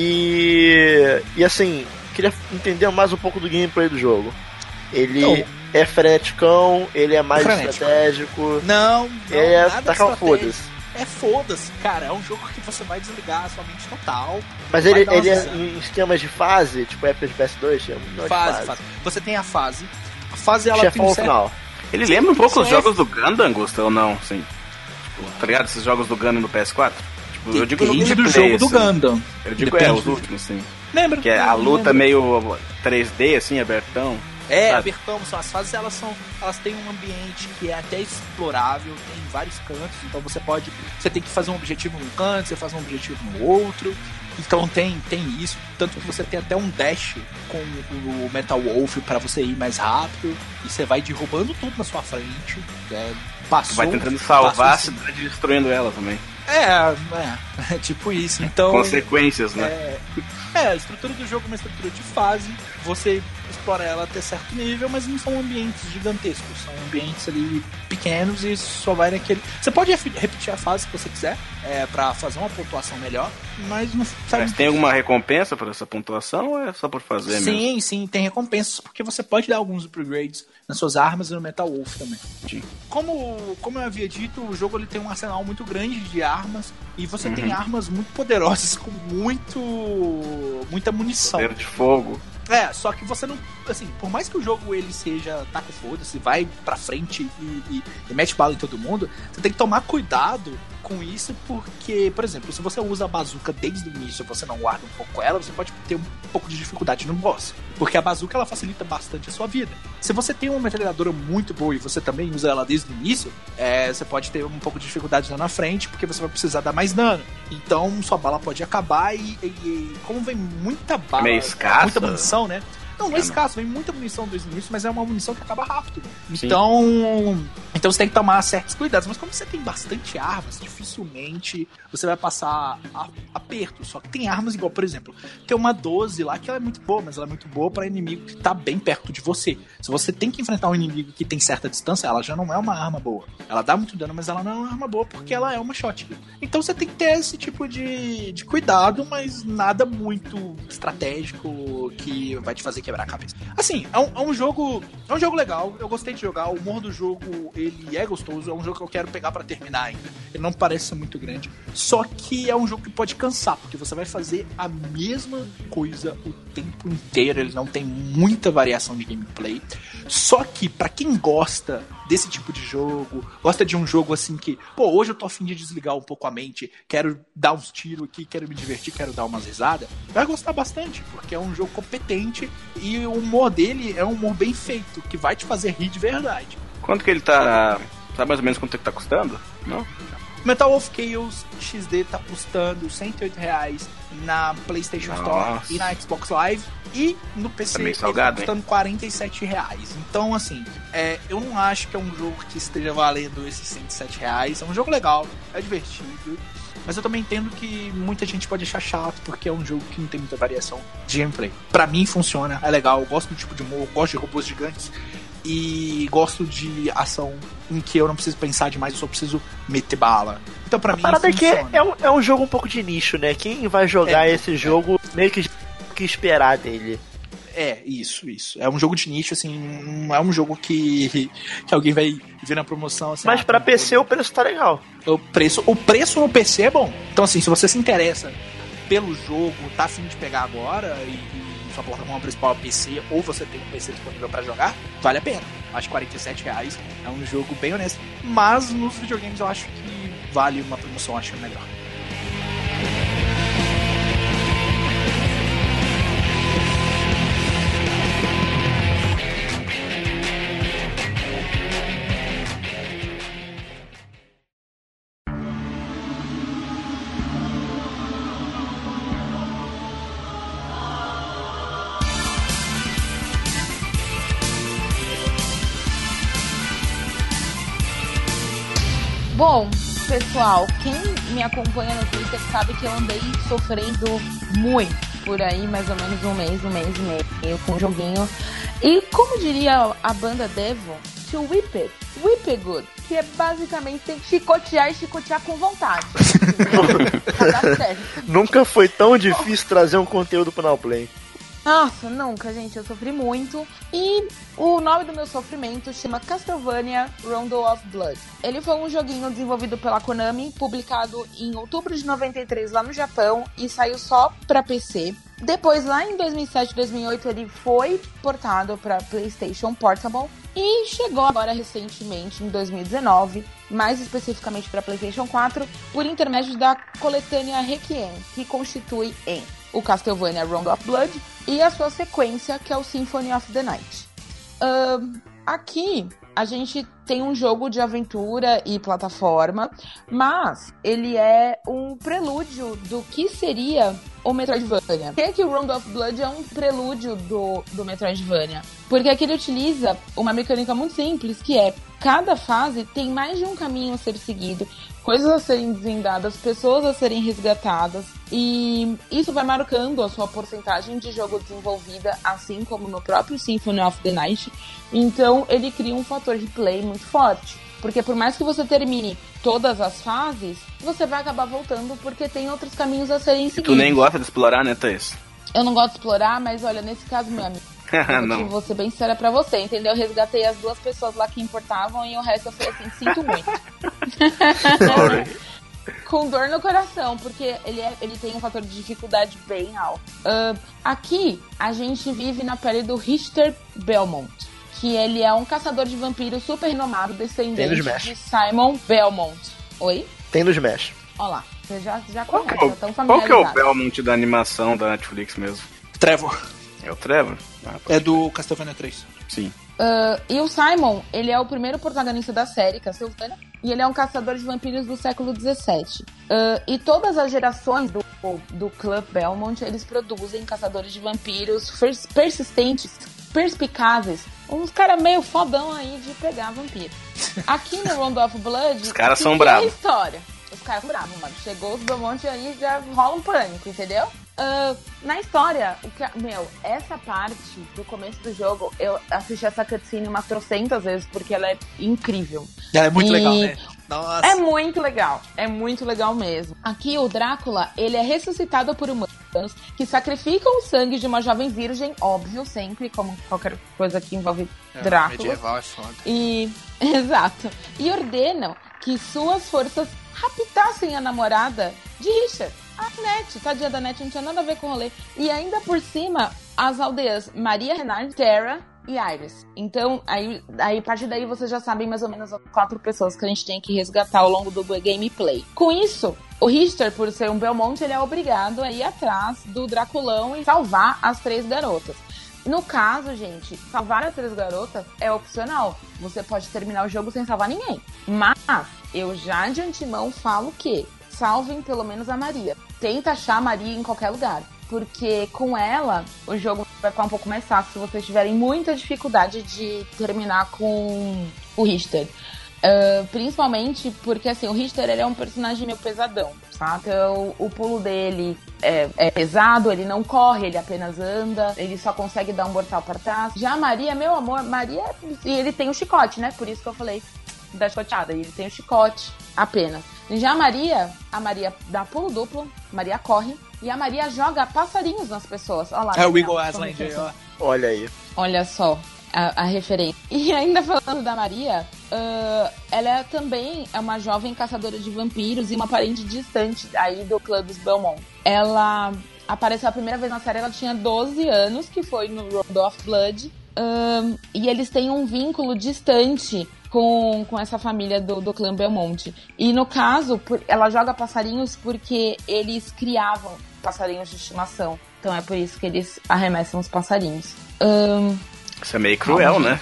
E, e assim, queria entender mais um pouco do gameplay do jogo. Ele então, é freneticão, ele é mais frenético. Estratégico. Não, não ele é tacar foda-se. É foda-se, cara. É um jogo que você vai desligar a sua mente total. Mas ele, ele é em esquemas de fase, tipo época de P S dois? Fase, fase, fase. Você tem a fase. A fase ela Chefão tem um final. Ele lembra um pouco os jogos do Gundam, Gusta, ou não? Sim. Tipo, tá ligado? Esses jogos do Gundam no P S quatro? Tipo, eu digo no gameplay, do jogo assim. do Gundam. Eu digo é, os últimos, sim. Lembra? Que é a luta lembra. Meio três D, assim, abertão. É, abertão, são as fases, elas são, elas têm um ambiente que é até explorável, tem vários cantos, então você pode, você tem que fazer um objetivo num canto, você faz um objetivo no outro, então tem, tem isso, tanto que você tem até um dash com o Metal Wolf pra você ir mais rápido, e você vai derrubando tudo na sua frente, é, passou... Vai tentando salvar a cidade destruindo ela também. É, é, é tipo isso, então... Consequências, né? É, é, a estrutura do jogo é uma estrutura de fase, você explora ela até certo nível, mas não são ambientes gigantescos, são ambientes ali pequenos e só vai naquele... Você pode repetir a fase se você quiser, é, pra fazer uma pontuação melhor, mas não sabe... Mas tem alguma recompensa por essa pontuação ou é só por fazer sim, mesmo? Sim, sim, tem recompensas, porque você pode dar alguns upgrades nas suas armas e no Metal Wolf também. Sim. Como, como eu havia dito, o jogo ele tem um arsenal muito grande de armas e você uhum. tem armas muito poderosas com muito muita munição. Poder de fogo. É, só que você não... Assim, por mais que o jogo ele seja taco foda-se, vai pra frente e, e, e mete bala em todo mundo, você tem que tomar cuidado com isso, porque, por exemplo, se você usa a bazuca desde o início e você não guarda um pouco ela, você pode ter um pouco de dificuldade no boss. Porque a bazuca, ela facilita bastante a sua vida. Se você tem uma metralhadora muito boa e você também usa ela desde o início, é, você pode ter um pouco de dificuldade lá na frente, porque você vai precisar dar mais dano. Então, sua bala pode acabar e, e, e como vem muita bala, meio escasso, muita munição, né? Não, não é escasso, vem muita munição desde o início, mas é uma munição que acaba rápido. Então, então você tem que tomar certos cuidados. Mas como você tem bastante armas, dificilmente você vai passar a, aperto. Só que tem armas igual, por exemplo, tem uma doze lá que ela é muito boa, mas ela é muito boa para inimigo que tá bem perto de você. Se você tem que enfrentar um inimigo que tem certa distância, ela já não é uma arma boa. Ela dá muito dano, mas ela não é uma arma boa porque ela é uma shotgun. Então você tem que ter esse tipo de, de cuidado, mas nada muito estratégico que vai te fazer quebrar a cabeça. Assim, é um, é um jogo é um jogo legal, eu gostei de jogar, o humor do jogo, ele é gostoso, é um jogo que eu quero pegar pra terminar ainda. Ele não parece ser muito grande, só que é um jogo que pode cansar, porque você vai fazer a mesma coisa o tempo inteiro, ele não tem muita variação de gameplay. Só que, pra quem gosta desse tipo de jogo, gosta de um jogo assim que, pô, hoje eu tô a fim de desligar um pouco a mente, quero dar uns tiros aqui, quero me divertir, quero dar umas risadas, vai gostar bastante, porque é um jogo competente e o humor dele é um humor bem feito, que vai te fazer rir de verdade. Quanto que ele tá... Sabe mais ou menos quanto ele tá custando? Não? Metal of Chaos X D tá custando cento e oito reais na PlayStation Nossa. Store e na Xbox Live, e no P C tá meio ele salgado, tá custando hein? quarenta e sete reais. Então, assim, é, eu não acho que é um jogo que esteja valendo esses cento e sete reais. É um jogo legal, é divertido, mas eu também entendo que muita gente pode achar chato, porque é um jogo que não tem muita variação de gameplay. Pra mim funciona, é legal, eu gosto do tipo de humor, eu gosto de robôs gigantes e gosto de ação em que eu não preciso pensar demais, eu só preciso meter bala. Então pra a mim parada funciona. É que é um, é um jogo um pouco de nicho, né? Quem vai jogar É, esse é. jogo meio que que esperar dele. É, isso, isso. É um jogo de nicho, assim, não é um jogo que, que alguém vai ver na promoção, assim. Mas ah, pra tem P C todo. o preço tá legal. O preço, o preço no P C é bom. Então, assim, se você se interessa pelo jogo, tá afim de pegar agora e, e sua plataforma principal é P C, ou você tem um P C disponível pra jogar, vale a pena. Acho que quarenta e sete reais é um jogo bem honesto. Mas nos videogames eu acho que vale uma promoção, acho melhor. Bom, pessoal, quem me acompanha no Twitter sabe que eu andei sofrendo muito por aí, mais ou menos um mês, um mês e meio com o joguinho. E como diria a banda Devon, to whip it, whip it good, que é basicamente tem que chicotear e chicotear com vontade. Pra dar certo. Nunca foi tão difícil trazer um conteúdo pro Now Play. Nossa, nunca, gente, eu sofri muito. E o nome do meu sofrimento chama Castlevania Rondo of Blood. Ele foi um joguinho desenvolvido pela Konami, publicado em outubro de noventa e três lá no Japão e saiu só pra P C. Depois, lá em dois mil e sete, dois mil e oito, ele foi portado pra PlayStation Portable e chegou agora recentemente, em dois mil e dezenove, mais especificamente pra PlayStation quatro, por intermédio da coletânea Requiem, que constitui em o Castlevania Rondo of Blood e a sua sequência, que é o Symphony of the Night. Uh, aqui, a gente tem um jogo de aventura e plataforma, mas ele é um prelúdio do que seria o Metroidvania. Por que, que o Rondo of Blood é um prelúdio do, do Metroidvania? Porque aqui ele utiliza uma mecânica muito simples, que é cada fase tem mais de um caminho a ser seguido, coisas a serem desvendadas, pessoas a serem resgatadas, e isso vai marcando a sua porcentagem de jogo desenvolvida, assim como no próprio Symphony of the Night. Então ele cria um fator de play muito forte, porque por mais que você termine todas as fases, você vai acabar voltando porque tem outros caminhos a serem seguidos. Tu nem gosta de explorar, né, Thaís? Eu não gosto de explorar, mas olha, nesse caso, meu amigo, eu vou ser bem séria pra você, entendeu? Eu resgatei as duas pessoas lá que importavam e o resto eu falei assim, sinto muito. com dor no coração, porque ele, é, ele tem um fator de dificuldade bem alto. Uh, aqui, a gente vive na pele do Richter Belmont, que ele é um caçador de vampiros super renomado, descendente de Simon Belmont. Oi? Tem no Smash. Olha lá, você já, já Qual, conhece, que é o, já tão qual que é o familiarizado. Belmont da animação da Netflix mesmo? Trevor. É o Trevor? Ah, É do Castlevania três. Sim. Uh, e o Simon, ele é o primeiro protagonista da série, Castlevania, e ele é um caçador de vampiros do século dezessete. Uh, e todas as gerações do, do Club Belmont, eles produzem caçadores de vampiros pers- persistentes, perspicazes, uns caras meio fodão aí de pegar vampiro. Aqui no Round of Blood, Os caras que são que bravos. É a história. Os caras são bravos, mano. Chegou os Belmont aí, já rola um pânico, entendeu? Uh, na história, o que, meu, essa parte do começo do jogo, eu assisti essa cutscene umas trocentas vezes, porque ela é incrível. Ela é muito E legal, né? Nossa. É muito legal, é muito legal mesmo. Aqui o Drácula, ele é ressuscitado por humanos que sacrificam o sangue de uma jovem virgem, óbvio, sempre, como qualquer coisa que envolve É, Drácula. medieval é foda. E, exato, e ordenam que suas forças raptassem a namorada de Richard. A Net, tadinha da Net, não tinha nada a ver com o rolê. E ainda por cima, as aldeias Maria Renard, Terra e Iris. Então, aí, aí a partir daí vocês já sabem mais ou menos as quatro pessoas que a gente tem que resgatar ao longo do gameplay. Com isso, o Richter, por ser um Belmont, ele é obrigado a ir atrás do Draculão e salvar as três garotas. No caso, gente, salvar as três garotas é opcional. Você pode terminar o jogo sem salvar ninguém. Mas, eu já de antemão falo que salvem pelo menos a Maria. Tenta achar a Maria em qualquer lugar. Porque com ela, o jogo vai ficar um pouco mais fácil se vocês tiverem muita dificuldade de terminar com o Richter. Uh, principalmente porque, assim, o Richter, ele é um personagem meio pesadão, sabe? Então, o pulo dele é, é pesado, ele não corre, ele apenas anda, ele só consegue dar um mortal pra trás. Já a Maria, meu amor, Maria... E ele tem o chicote, né? Por isso que eu falei da chicoteada. Ele tem o chicote apenas. Já a Maria, a Maria dá pulo duplo, Maria corre, e a Maria joga passarinhos nas pessoas. Olha lá. É o Eagle Aslan, ó. Olha aí. Olha só a, a referência. E ainda falando da Maria, uh, ela é, também é uma jovem caçadora de vampiros e uma parente distante aí do clã dos Belmont. Ela apareceu a primeira vez na série, ela tinha doze anos, que foi no Round of Blood. Um, e eles têm um vínculo distante com, com essa família do, do clã Belmont. E no caso, por, ela joga passarinhos porque eles criavam passarinhos de estimação. Então é por isso que eles arremessam os passarinhos. Um, Isso é meio cruel, né?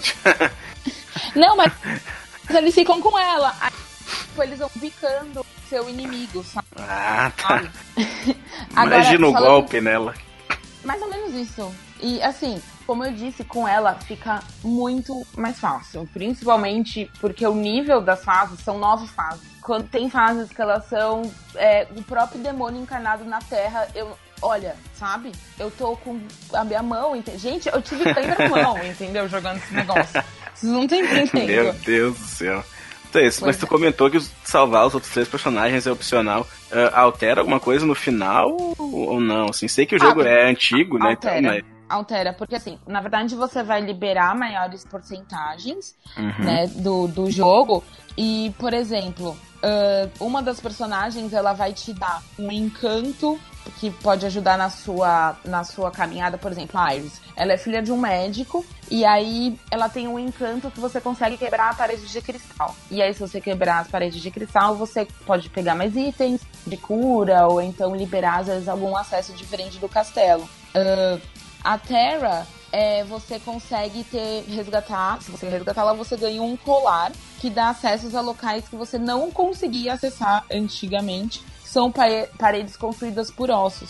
Não, mas eles ficam com ela. Aí, tipo, eles vão bicando seu inimigo, sabe? Ah, tá. Agora, Imagina o falando... golpe nela. Mais ou menos isso. E assim, como eu disse, com ela fica muito mais fácil. Principalmente porque o nível das fases são nove fases. Quando tem fases que elas são é, o próprio demônio encarnado na Terra, eu... Olha, sabe? Eu tô com a minha mão, ent... gente, eu tive tanta mão, entendeu? Jogando esse negócio. Vocês não estão entendendo. Meu Deus do céu. Então é isso, Pois mas tu é. comentou que salvar os outros três personagens é opcional. Uh, altera alguma coisa no final ou não? Assim, sei que o jogo Ah, é antigo, né? altera. Então, mas... Altera, porque assim, na verdade você vai liberar maiores porcentagens, Uhum. né, do, do jogo. E, por exemplo, uh, uma das personagens, ela vai te dar um encanto que pode ajudar na sua, na sua caminhada. Por exemplo, a Iris, ela é filha de um médico e aí ela tem um encanto que você consegue quebrar a parede de cristal. E aí, se você quebrar as paredes de cristal, você pode pegar mais itens de cura ou então liberar, às vezes, algum acesso diferente do castelo. Uh, a Terra, é, você consegue ter, resgatar, se você resgatá-la, você ganha um colar que dá acessos a locais que você não conseguia acessar antigamente. São pare- paredes construídas por ossos.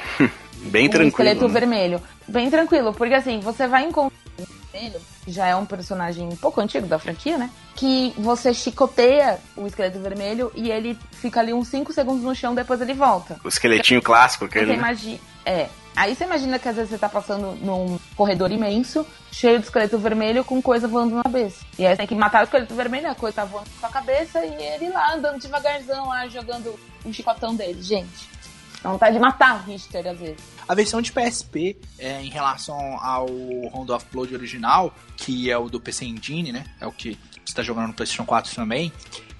Bem um tranquilo. esqueleto né? vermelho. Bem tranquilo, porque assim, você vai encontrar o vermelho, que já é um personagem um pouco antigo da franquia, né? Que você chicoteia o esqueleto vermelho e ele fica ali uns cinco segundos no chão, depois ele volta. O esqueletinho clássico, Você aquele. né? imagina. É. Aí você imagina que às vezes você tá passando num corredor imenso, cheio de esqueleto vermelho, com coisa voando na cabeça. E aí você tem que matar o esqueleto vermelho, a coisa tá voando na sua cabeça e ele lá andando devagarzão, lá jogando um chicotão dele. Gente, dá vontade de matar o Richter às vezes. A versão de P S P, é, em relação ao Round of Blood original, que é o do P C Engine, né? É o que você tá jogando no PlayStation quatro também.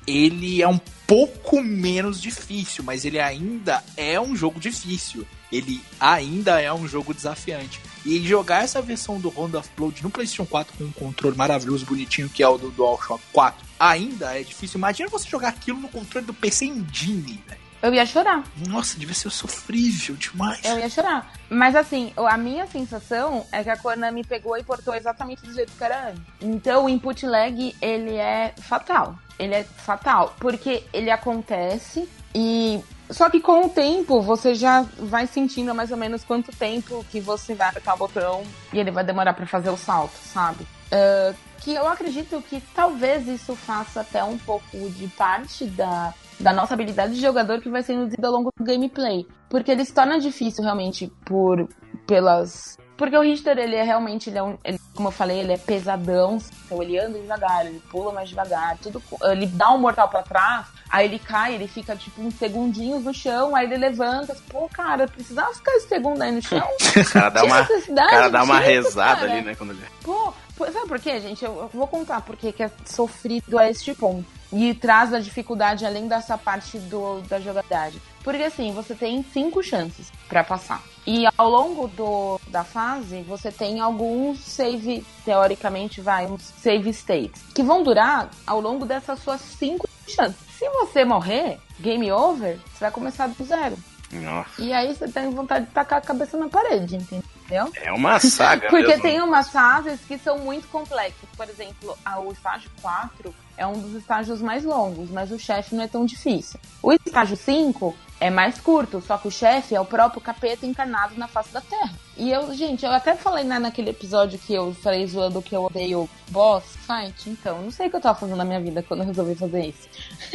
ele é um pouco menos difícil, mas ele ainda é um jogo difícil. Ele ainda é um jogo desafiante. E jogar essa versão do Round of Blood no PlayStation quatro com um controle maravilhoso, bonitinho, que é o do DualShock quatro, ainda é difícil. Imagina você jogar aquilo no controle do P C Engine, velho. Eu ia chorar. Nossa, devia ser sofrível demais. Eu ia chorar. Mas assim, a minha sensação é que a Konami pegou e portou exatamente do jeito que era antes. Então o input lag, ele é fatal. Ele é fatal. Porque ele acontece e... Só que com o tempo, você já vai sentindo mais ou menos quanto tempo que você vai apertar o botão e ele vai demorar pra fazer o salto, sabe? Uh, que eu acredito que talvez isso faça até um pouco de parte da... da nossa habilidade de jogador que vai sendo desenvolvida ao longo do gameplay. Porque ele se torna difícil realmente por, pelas... Porque o Richter, ele é realmente, ele é um, ele, como eu falei, ele é pesadão. Então ele anda devagar, ele pula mais devagar, tudo, ele dá um mortal pra trás, aí ele cai, ele fica tipo uns segundinhos no chão, aí ele levanta. Pô, cara, precisava ficar esse segundo aí no chão? O cara dá uma, cara dá uma rezada cara. ali, né? Quando ele... Pô, sabe por quê, gente? Eu, eu vou contar porque que é sofrido a este ponto. E traz a dificuldade além dessa parte do, da jogabilidade. Porque assim, você tem cinco chances pra passar. E ao longo do, da fase, você tem alguns save, teoricamente, vai, uns save states, que vão durar ao longo dessas suas cinco chances. Se você morrer, game over, você vai começar do zero. Nossa. E aí você tem vontade de tacar a cabeça na parede, entendeu? É uma saga Porque mesmo. tem umas fases que são muito complexas. Por exemplo, o estágio quatro é um dos estágios mais longos, mas o chefe não é tão difícil. O estágio cinco é mais curto, só que o chefe é o próprio capeta encarnado na face da Terra. E eu, gente, eu até falei né, naquele episódio que eu falei zoando que eu odeio boss fight. Então, não sei o que eu tava fazendo na minha vida quando eu resolvi fazer isso.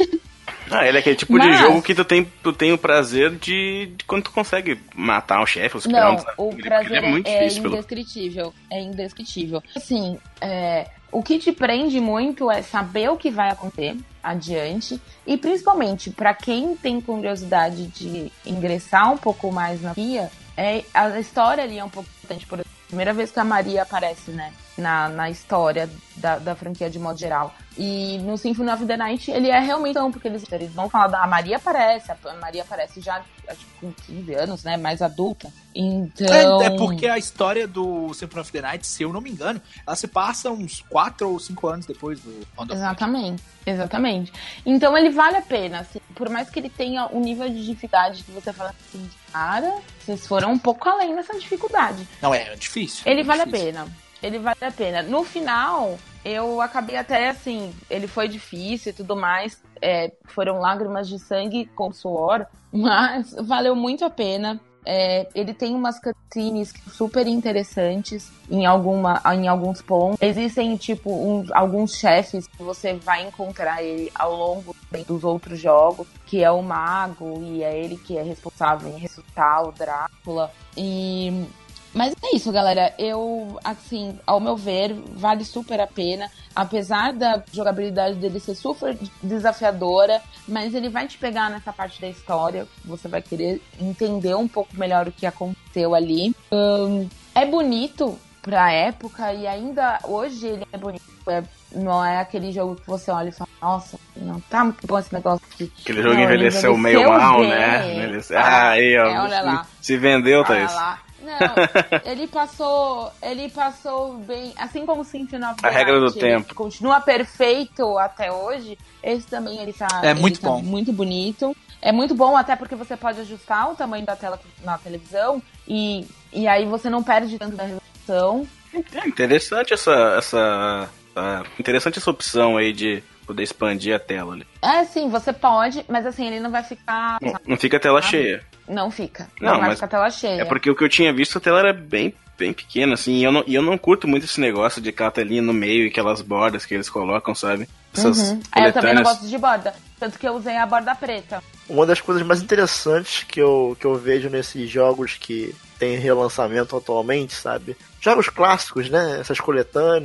Ah, ele é aquele tipo Mas... de jogo que tu tem, tu tem o prazer de, de quando tu consegue matar um chefe, superar Não, um o prazer é, muito é difícil, indescritível. Pelo... É indescritível. Assim, é, o que te prende muito é saber o que vai acontecer adiante. E principalmente, pra quem tem curiosidade de ingressar um pouco mais na via, é, a história ali é um pouco importante. Por exemplo, a primeira vez que a Maria aparece, né? Na, na história da, da franquia de modo geral. E no Symphony of the Night, ele é realmente tão, porque eles, eles vão falar da a Maria aparece, a Maria aparece já acho, com quinze anos, né, mais adulta. Então... É, é porque a história do Symphony of the Night, se eu não me engano, ela se passa uns quatro ou cinco anos depois do Round of Exatamente, exatamente. Então ele vale a pena, assim, por mais que ele tenha um nível de dificuldade que você fala assim, cara, vocês foram um pouco além dessa dificuldade. Não, é difícil. Ele é vale difícil. a pena. Ele vale a pena. No final, eu acabei até assim, ele foi difícil e tudo mais, é, foram lágrimas de sangue com suor, mas valeu muito a pena. É, ele tem umas cutscenes super interessantes em, alguma, em alguns pontos. Existem, tipo, uns, alguns chefes que você vai encontrar ele ao longo dos outros jogos, que é o Mago, e é ele que é responsável em ressuscitar o Drácula. E... Mas é isso, galera. Eu, assim, ao meu ver, vale super a pena. Apesar da jogabilidade dele ser super desafiadora, mas ele vai te pegar nessa parte da história. Você vai querer entender um pouco melhor o que aconteceu ali. Um, é bonito pra época e ainda hoje ele é bonito. É, não é aquele jogo que você olha e fala, nossa, não tá muito bom esse negócio aqui. Aquele jogo não, envelheceu, envelheceu meio mal, bem. né? Envelheceu... Ah, aí, ó. É, olha lá. Se vendeu, olha Thaís. Lá. Não, ele passou, ele passou bem, assim como o Symphony of the A regra Night, do tempo. Continua perfeito até hoje. Esse também ele tá, é muito ele bom. Tá muito bonito. É muito bom até porque você pode ajustar o tamanho da tela na televisão e, e aí você não perde tanto da resolução. É interessante essa, essa, essa interessante essa opção aí de poder expandir a tela ali. É, sim, você pode, mas assim, ele não vai ficar... Não, não fica a tela ah, cheia. Não fica. Não, Não vai mas ficar a tela cheia. É porque o que eu tinha visto, a tela era bem, bem pequena, assim, e eu, não, e eu não curto muito esse negócio de aquela telinha no meio e aquelas bordas que eles colocam, sabe? Essas uhum. É, eu também não gosto de borda, tanto que eu usei a borda preta. Uma das coisas mais interessantes que eu, que eu vejo nesses jogos que tem relançamento atualmente, sabe? Jogos clássicos, né? Essas coletâneas.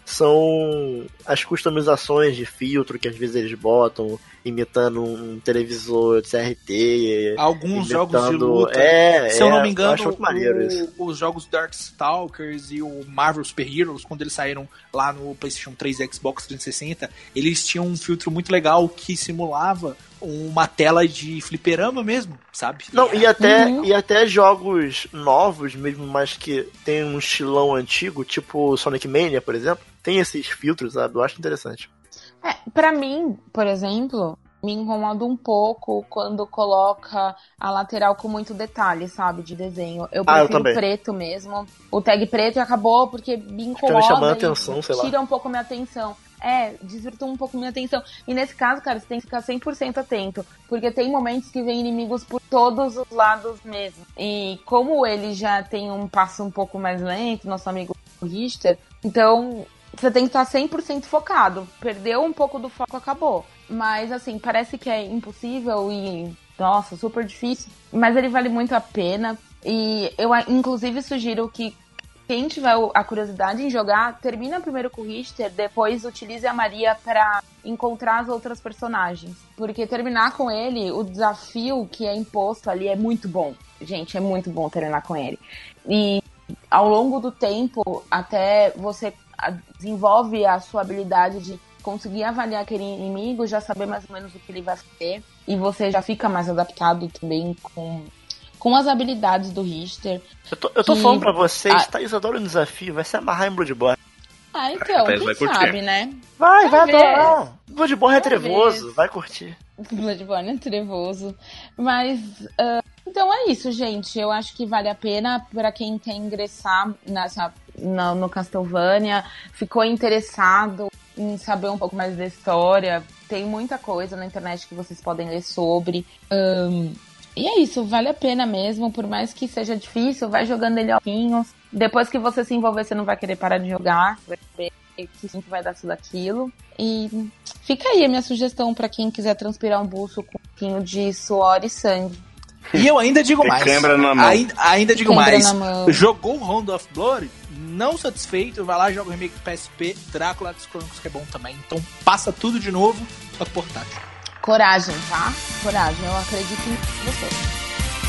são as customizações de filtro que às vezes eles botam, imitando um televisor de C R T. Alguns imitando... jogos de luta. É, Se eu não é, me engano, eu o, os jogos Darkstalkers e o Marvel Super Heroes, quando eles saíram lá no PlayStation três e Xbox trezentos e sessenta, eles tinham um filtro muito legal que simulava uma tela de fliperama mesmo, sabe? Não, e até, Uhum. e até jogos novos mesmo, mas que tem um estilão antigo, tipo Sonic Mania, por exemplo, tem esses filtros, sabe? Eu acho interessante. É, pra mim, por exemplo, me incomoda um pouco quando coloca a lateral com muito detalhe, sabe, de desenho. Eu Ah, eu prefiro também. preto mesmo. O tag preto e acabou porque me Fica me incomoda chamando a e atenção, sei lá. tira um pouco minha atenção. É, desvirtua um pouco minha atenção. E nesse caso, cara, você tem que ficar cem por cento atento. Porque tem momentos que vem inimigos por todos os lados mesmo. E como ele já tem um passo um pouco mais lento, nosso amigo Richter, então você tem que estar cem por cento focado. Perdeu um pouco do foco, acabou. Mas, assim, parece que é impossível e, nossa, super difícil. Mas ele vale muito a pena. E eu, inclusive, sugiro que quem tiver a curiosidade em jogar, termina primeiro com o Richter, depois utilize a Maria para encontrar as outras personagens. Porque terminar com ele, o desafio que é imposto ali é muito bom. Gente, é muito bom terminar com ele. E ao longo do tempo, até você desenvolve a sua habilidade de conseguir avaliar aquele inimigo, já saber mais ou menos o que ele vai fazer. E você já fica mais adaptado também com... com as habilidades do Richter. Eu tô, eu tô que... falando pra vocês, Ah. Thaís adora um desafio, vai se amarrar em Bloodborne. Ah, então, Thaís quem vai curtir. sabe, né? Vai, vai Talvez. adorar. Bloodborne é Talvez. trevoso, vai curtir. Bloodborne é trevoso. Mas, ah, então é isso, gente. Eu acho que vale a pena pra quem quer ingressar nessa, no, no Castlevania, ficou interessado em saber um pouco mais da história. Tem muita coisa na internet que vocês podem ler sobre. Um, E é isso, vale a pena mesmo, por mais que seja difícil, vai jogando ele aos pouquinhos. Depois que você se envolver, você não vai querer parar de jogar, vai ver que sim que vai dar tudo aquilo. E fica aí a minha sugestão pra quem quiser transpirar um buço com um pouquinho de suor e sangue. E eu ainda digo Tem mais. câimbra na mão. Ainda, ainda digo Câimbra mais. na mão. Jogou o Round of Blood? Não satisfeito, vai lá e joga o remake do P S P, Drácula dos Chronicles, que é bom também. Então passa tudo de novo, só que portátil. Coragem, tá? Coragem, eu acredito em você.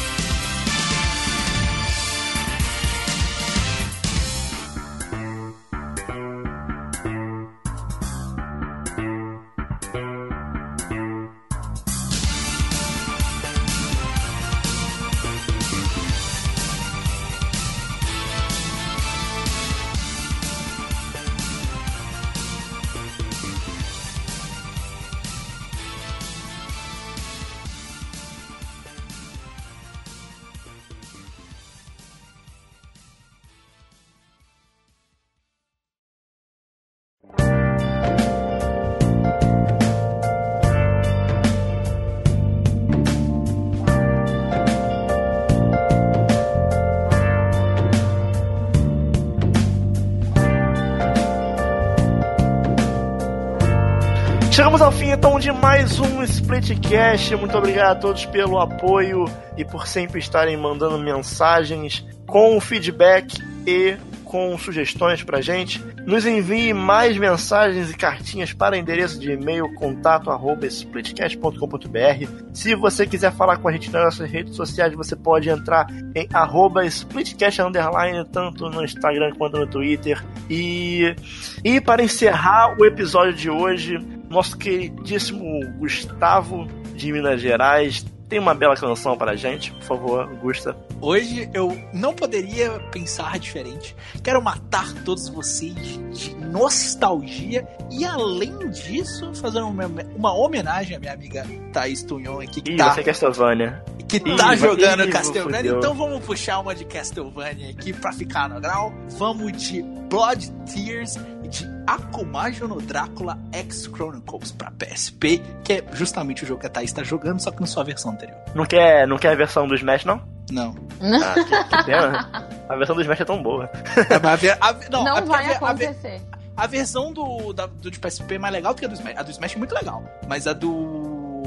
Chegamos ao fim então de mais um Splitcast. Muito obrigado a todos pelo apoio e por sempre estarem mandando mensagens com feedback e com sugestões pra gente. Nos envie mais mensagens e cartinhas para o endereço de e-mail contato arroba splitcast ponto com ponto b r. Se você quiser falar com a gente nas nossas redes sociais, você pode entrar em arroba splitcast underline, tanto no Instagram quanto no Twitter. E, e para encerrar o episódio de hoje, nosso queridíssimo Gustavo de Minas Gerais tem uma bela canção para a gente. Por favor, Gusta. Hoje eu não poderia pensar diferente. Quero matar todos vocês de nostalgia e, além disso, fazer uma, uma homenagem à minha amiga Thaís Tunhon aqui, que Ih, tá, você é Castlevania. que Ih, tá vai- jogando ih, Castlevania. fudeu. Então vamos puxar uma de Castlevania aqui pra ficar no grau. Vamos de Blood Tears de Akumajo no Drácula X Chronicles pra P S P, que é justamente o jogo que a Thaís tá jogando, só que na sua versão anterior. Não quer, não quer a versão do Smash, não? Não. Ah, que, que pena. A versão do Smash é tão boa. A, ver- a, não, Não a, vai a, a, acontecer. A versão do, da, do de P S P é mais legal do que a do Smash. A do Smash é muito legal. Mas a do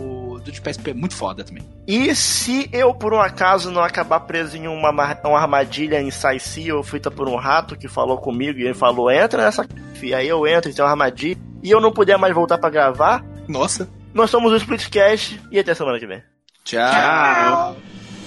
do de P S P é muito foda também. E se eu, por um acaso, não acabar preso em uma, uma armadilha em Saci ou feita por um rato que falou comigo e ele falou, entra nessa... E aí eu entro, tem uma armadilha, e eu não puder mais voltar pra gravar... Nossa. Nós somos o Splitcast e até semana que vem. Tchau. Tchau.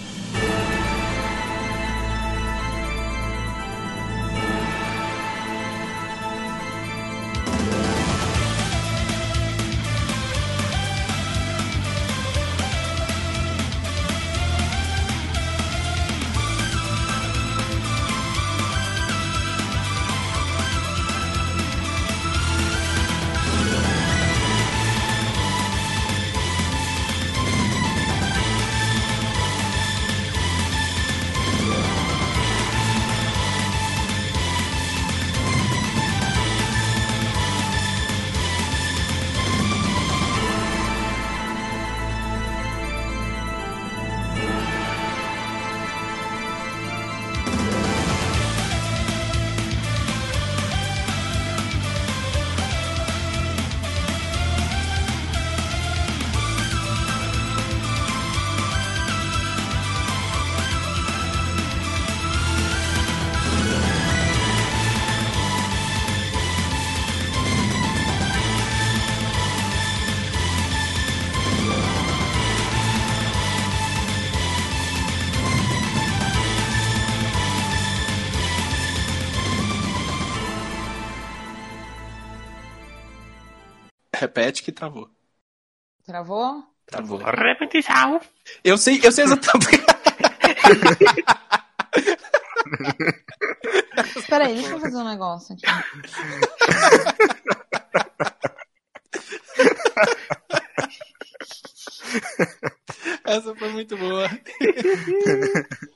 Repete que travou. Travou? Travou. Repetição. Eu sei, eu sei exatamente. Espera aí, deixa eu fazer um negócio aqui. Essa foi muito boa.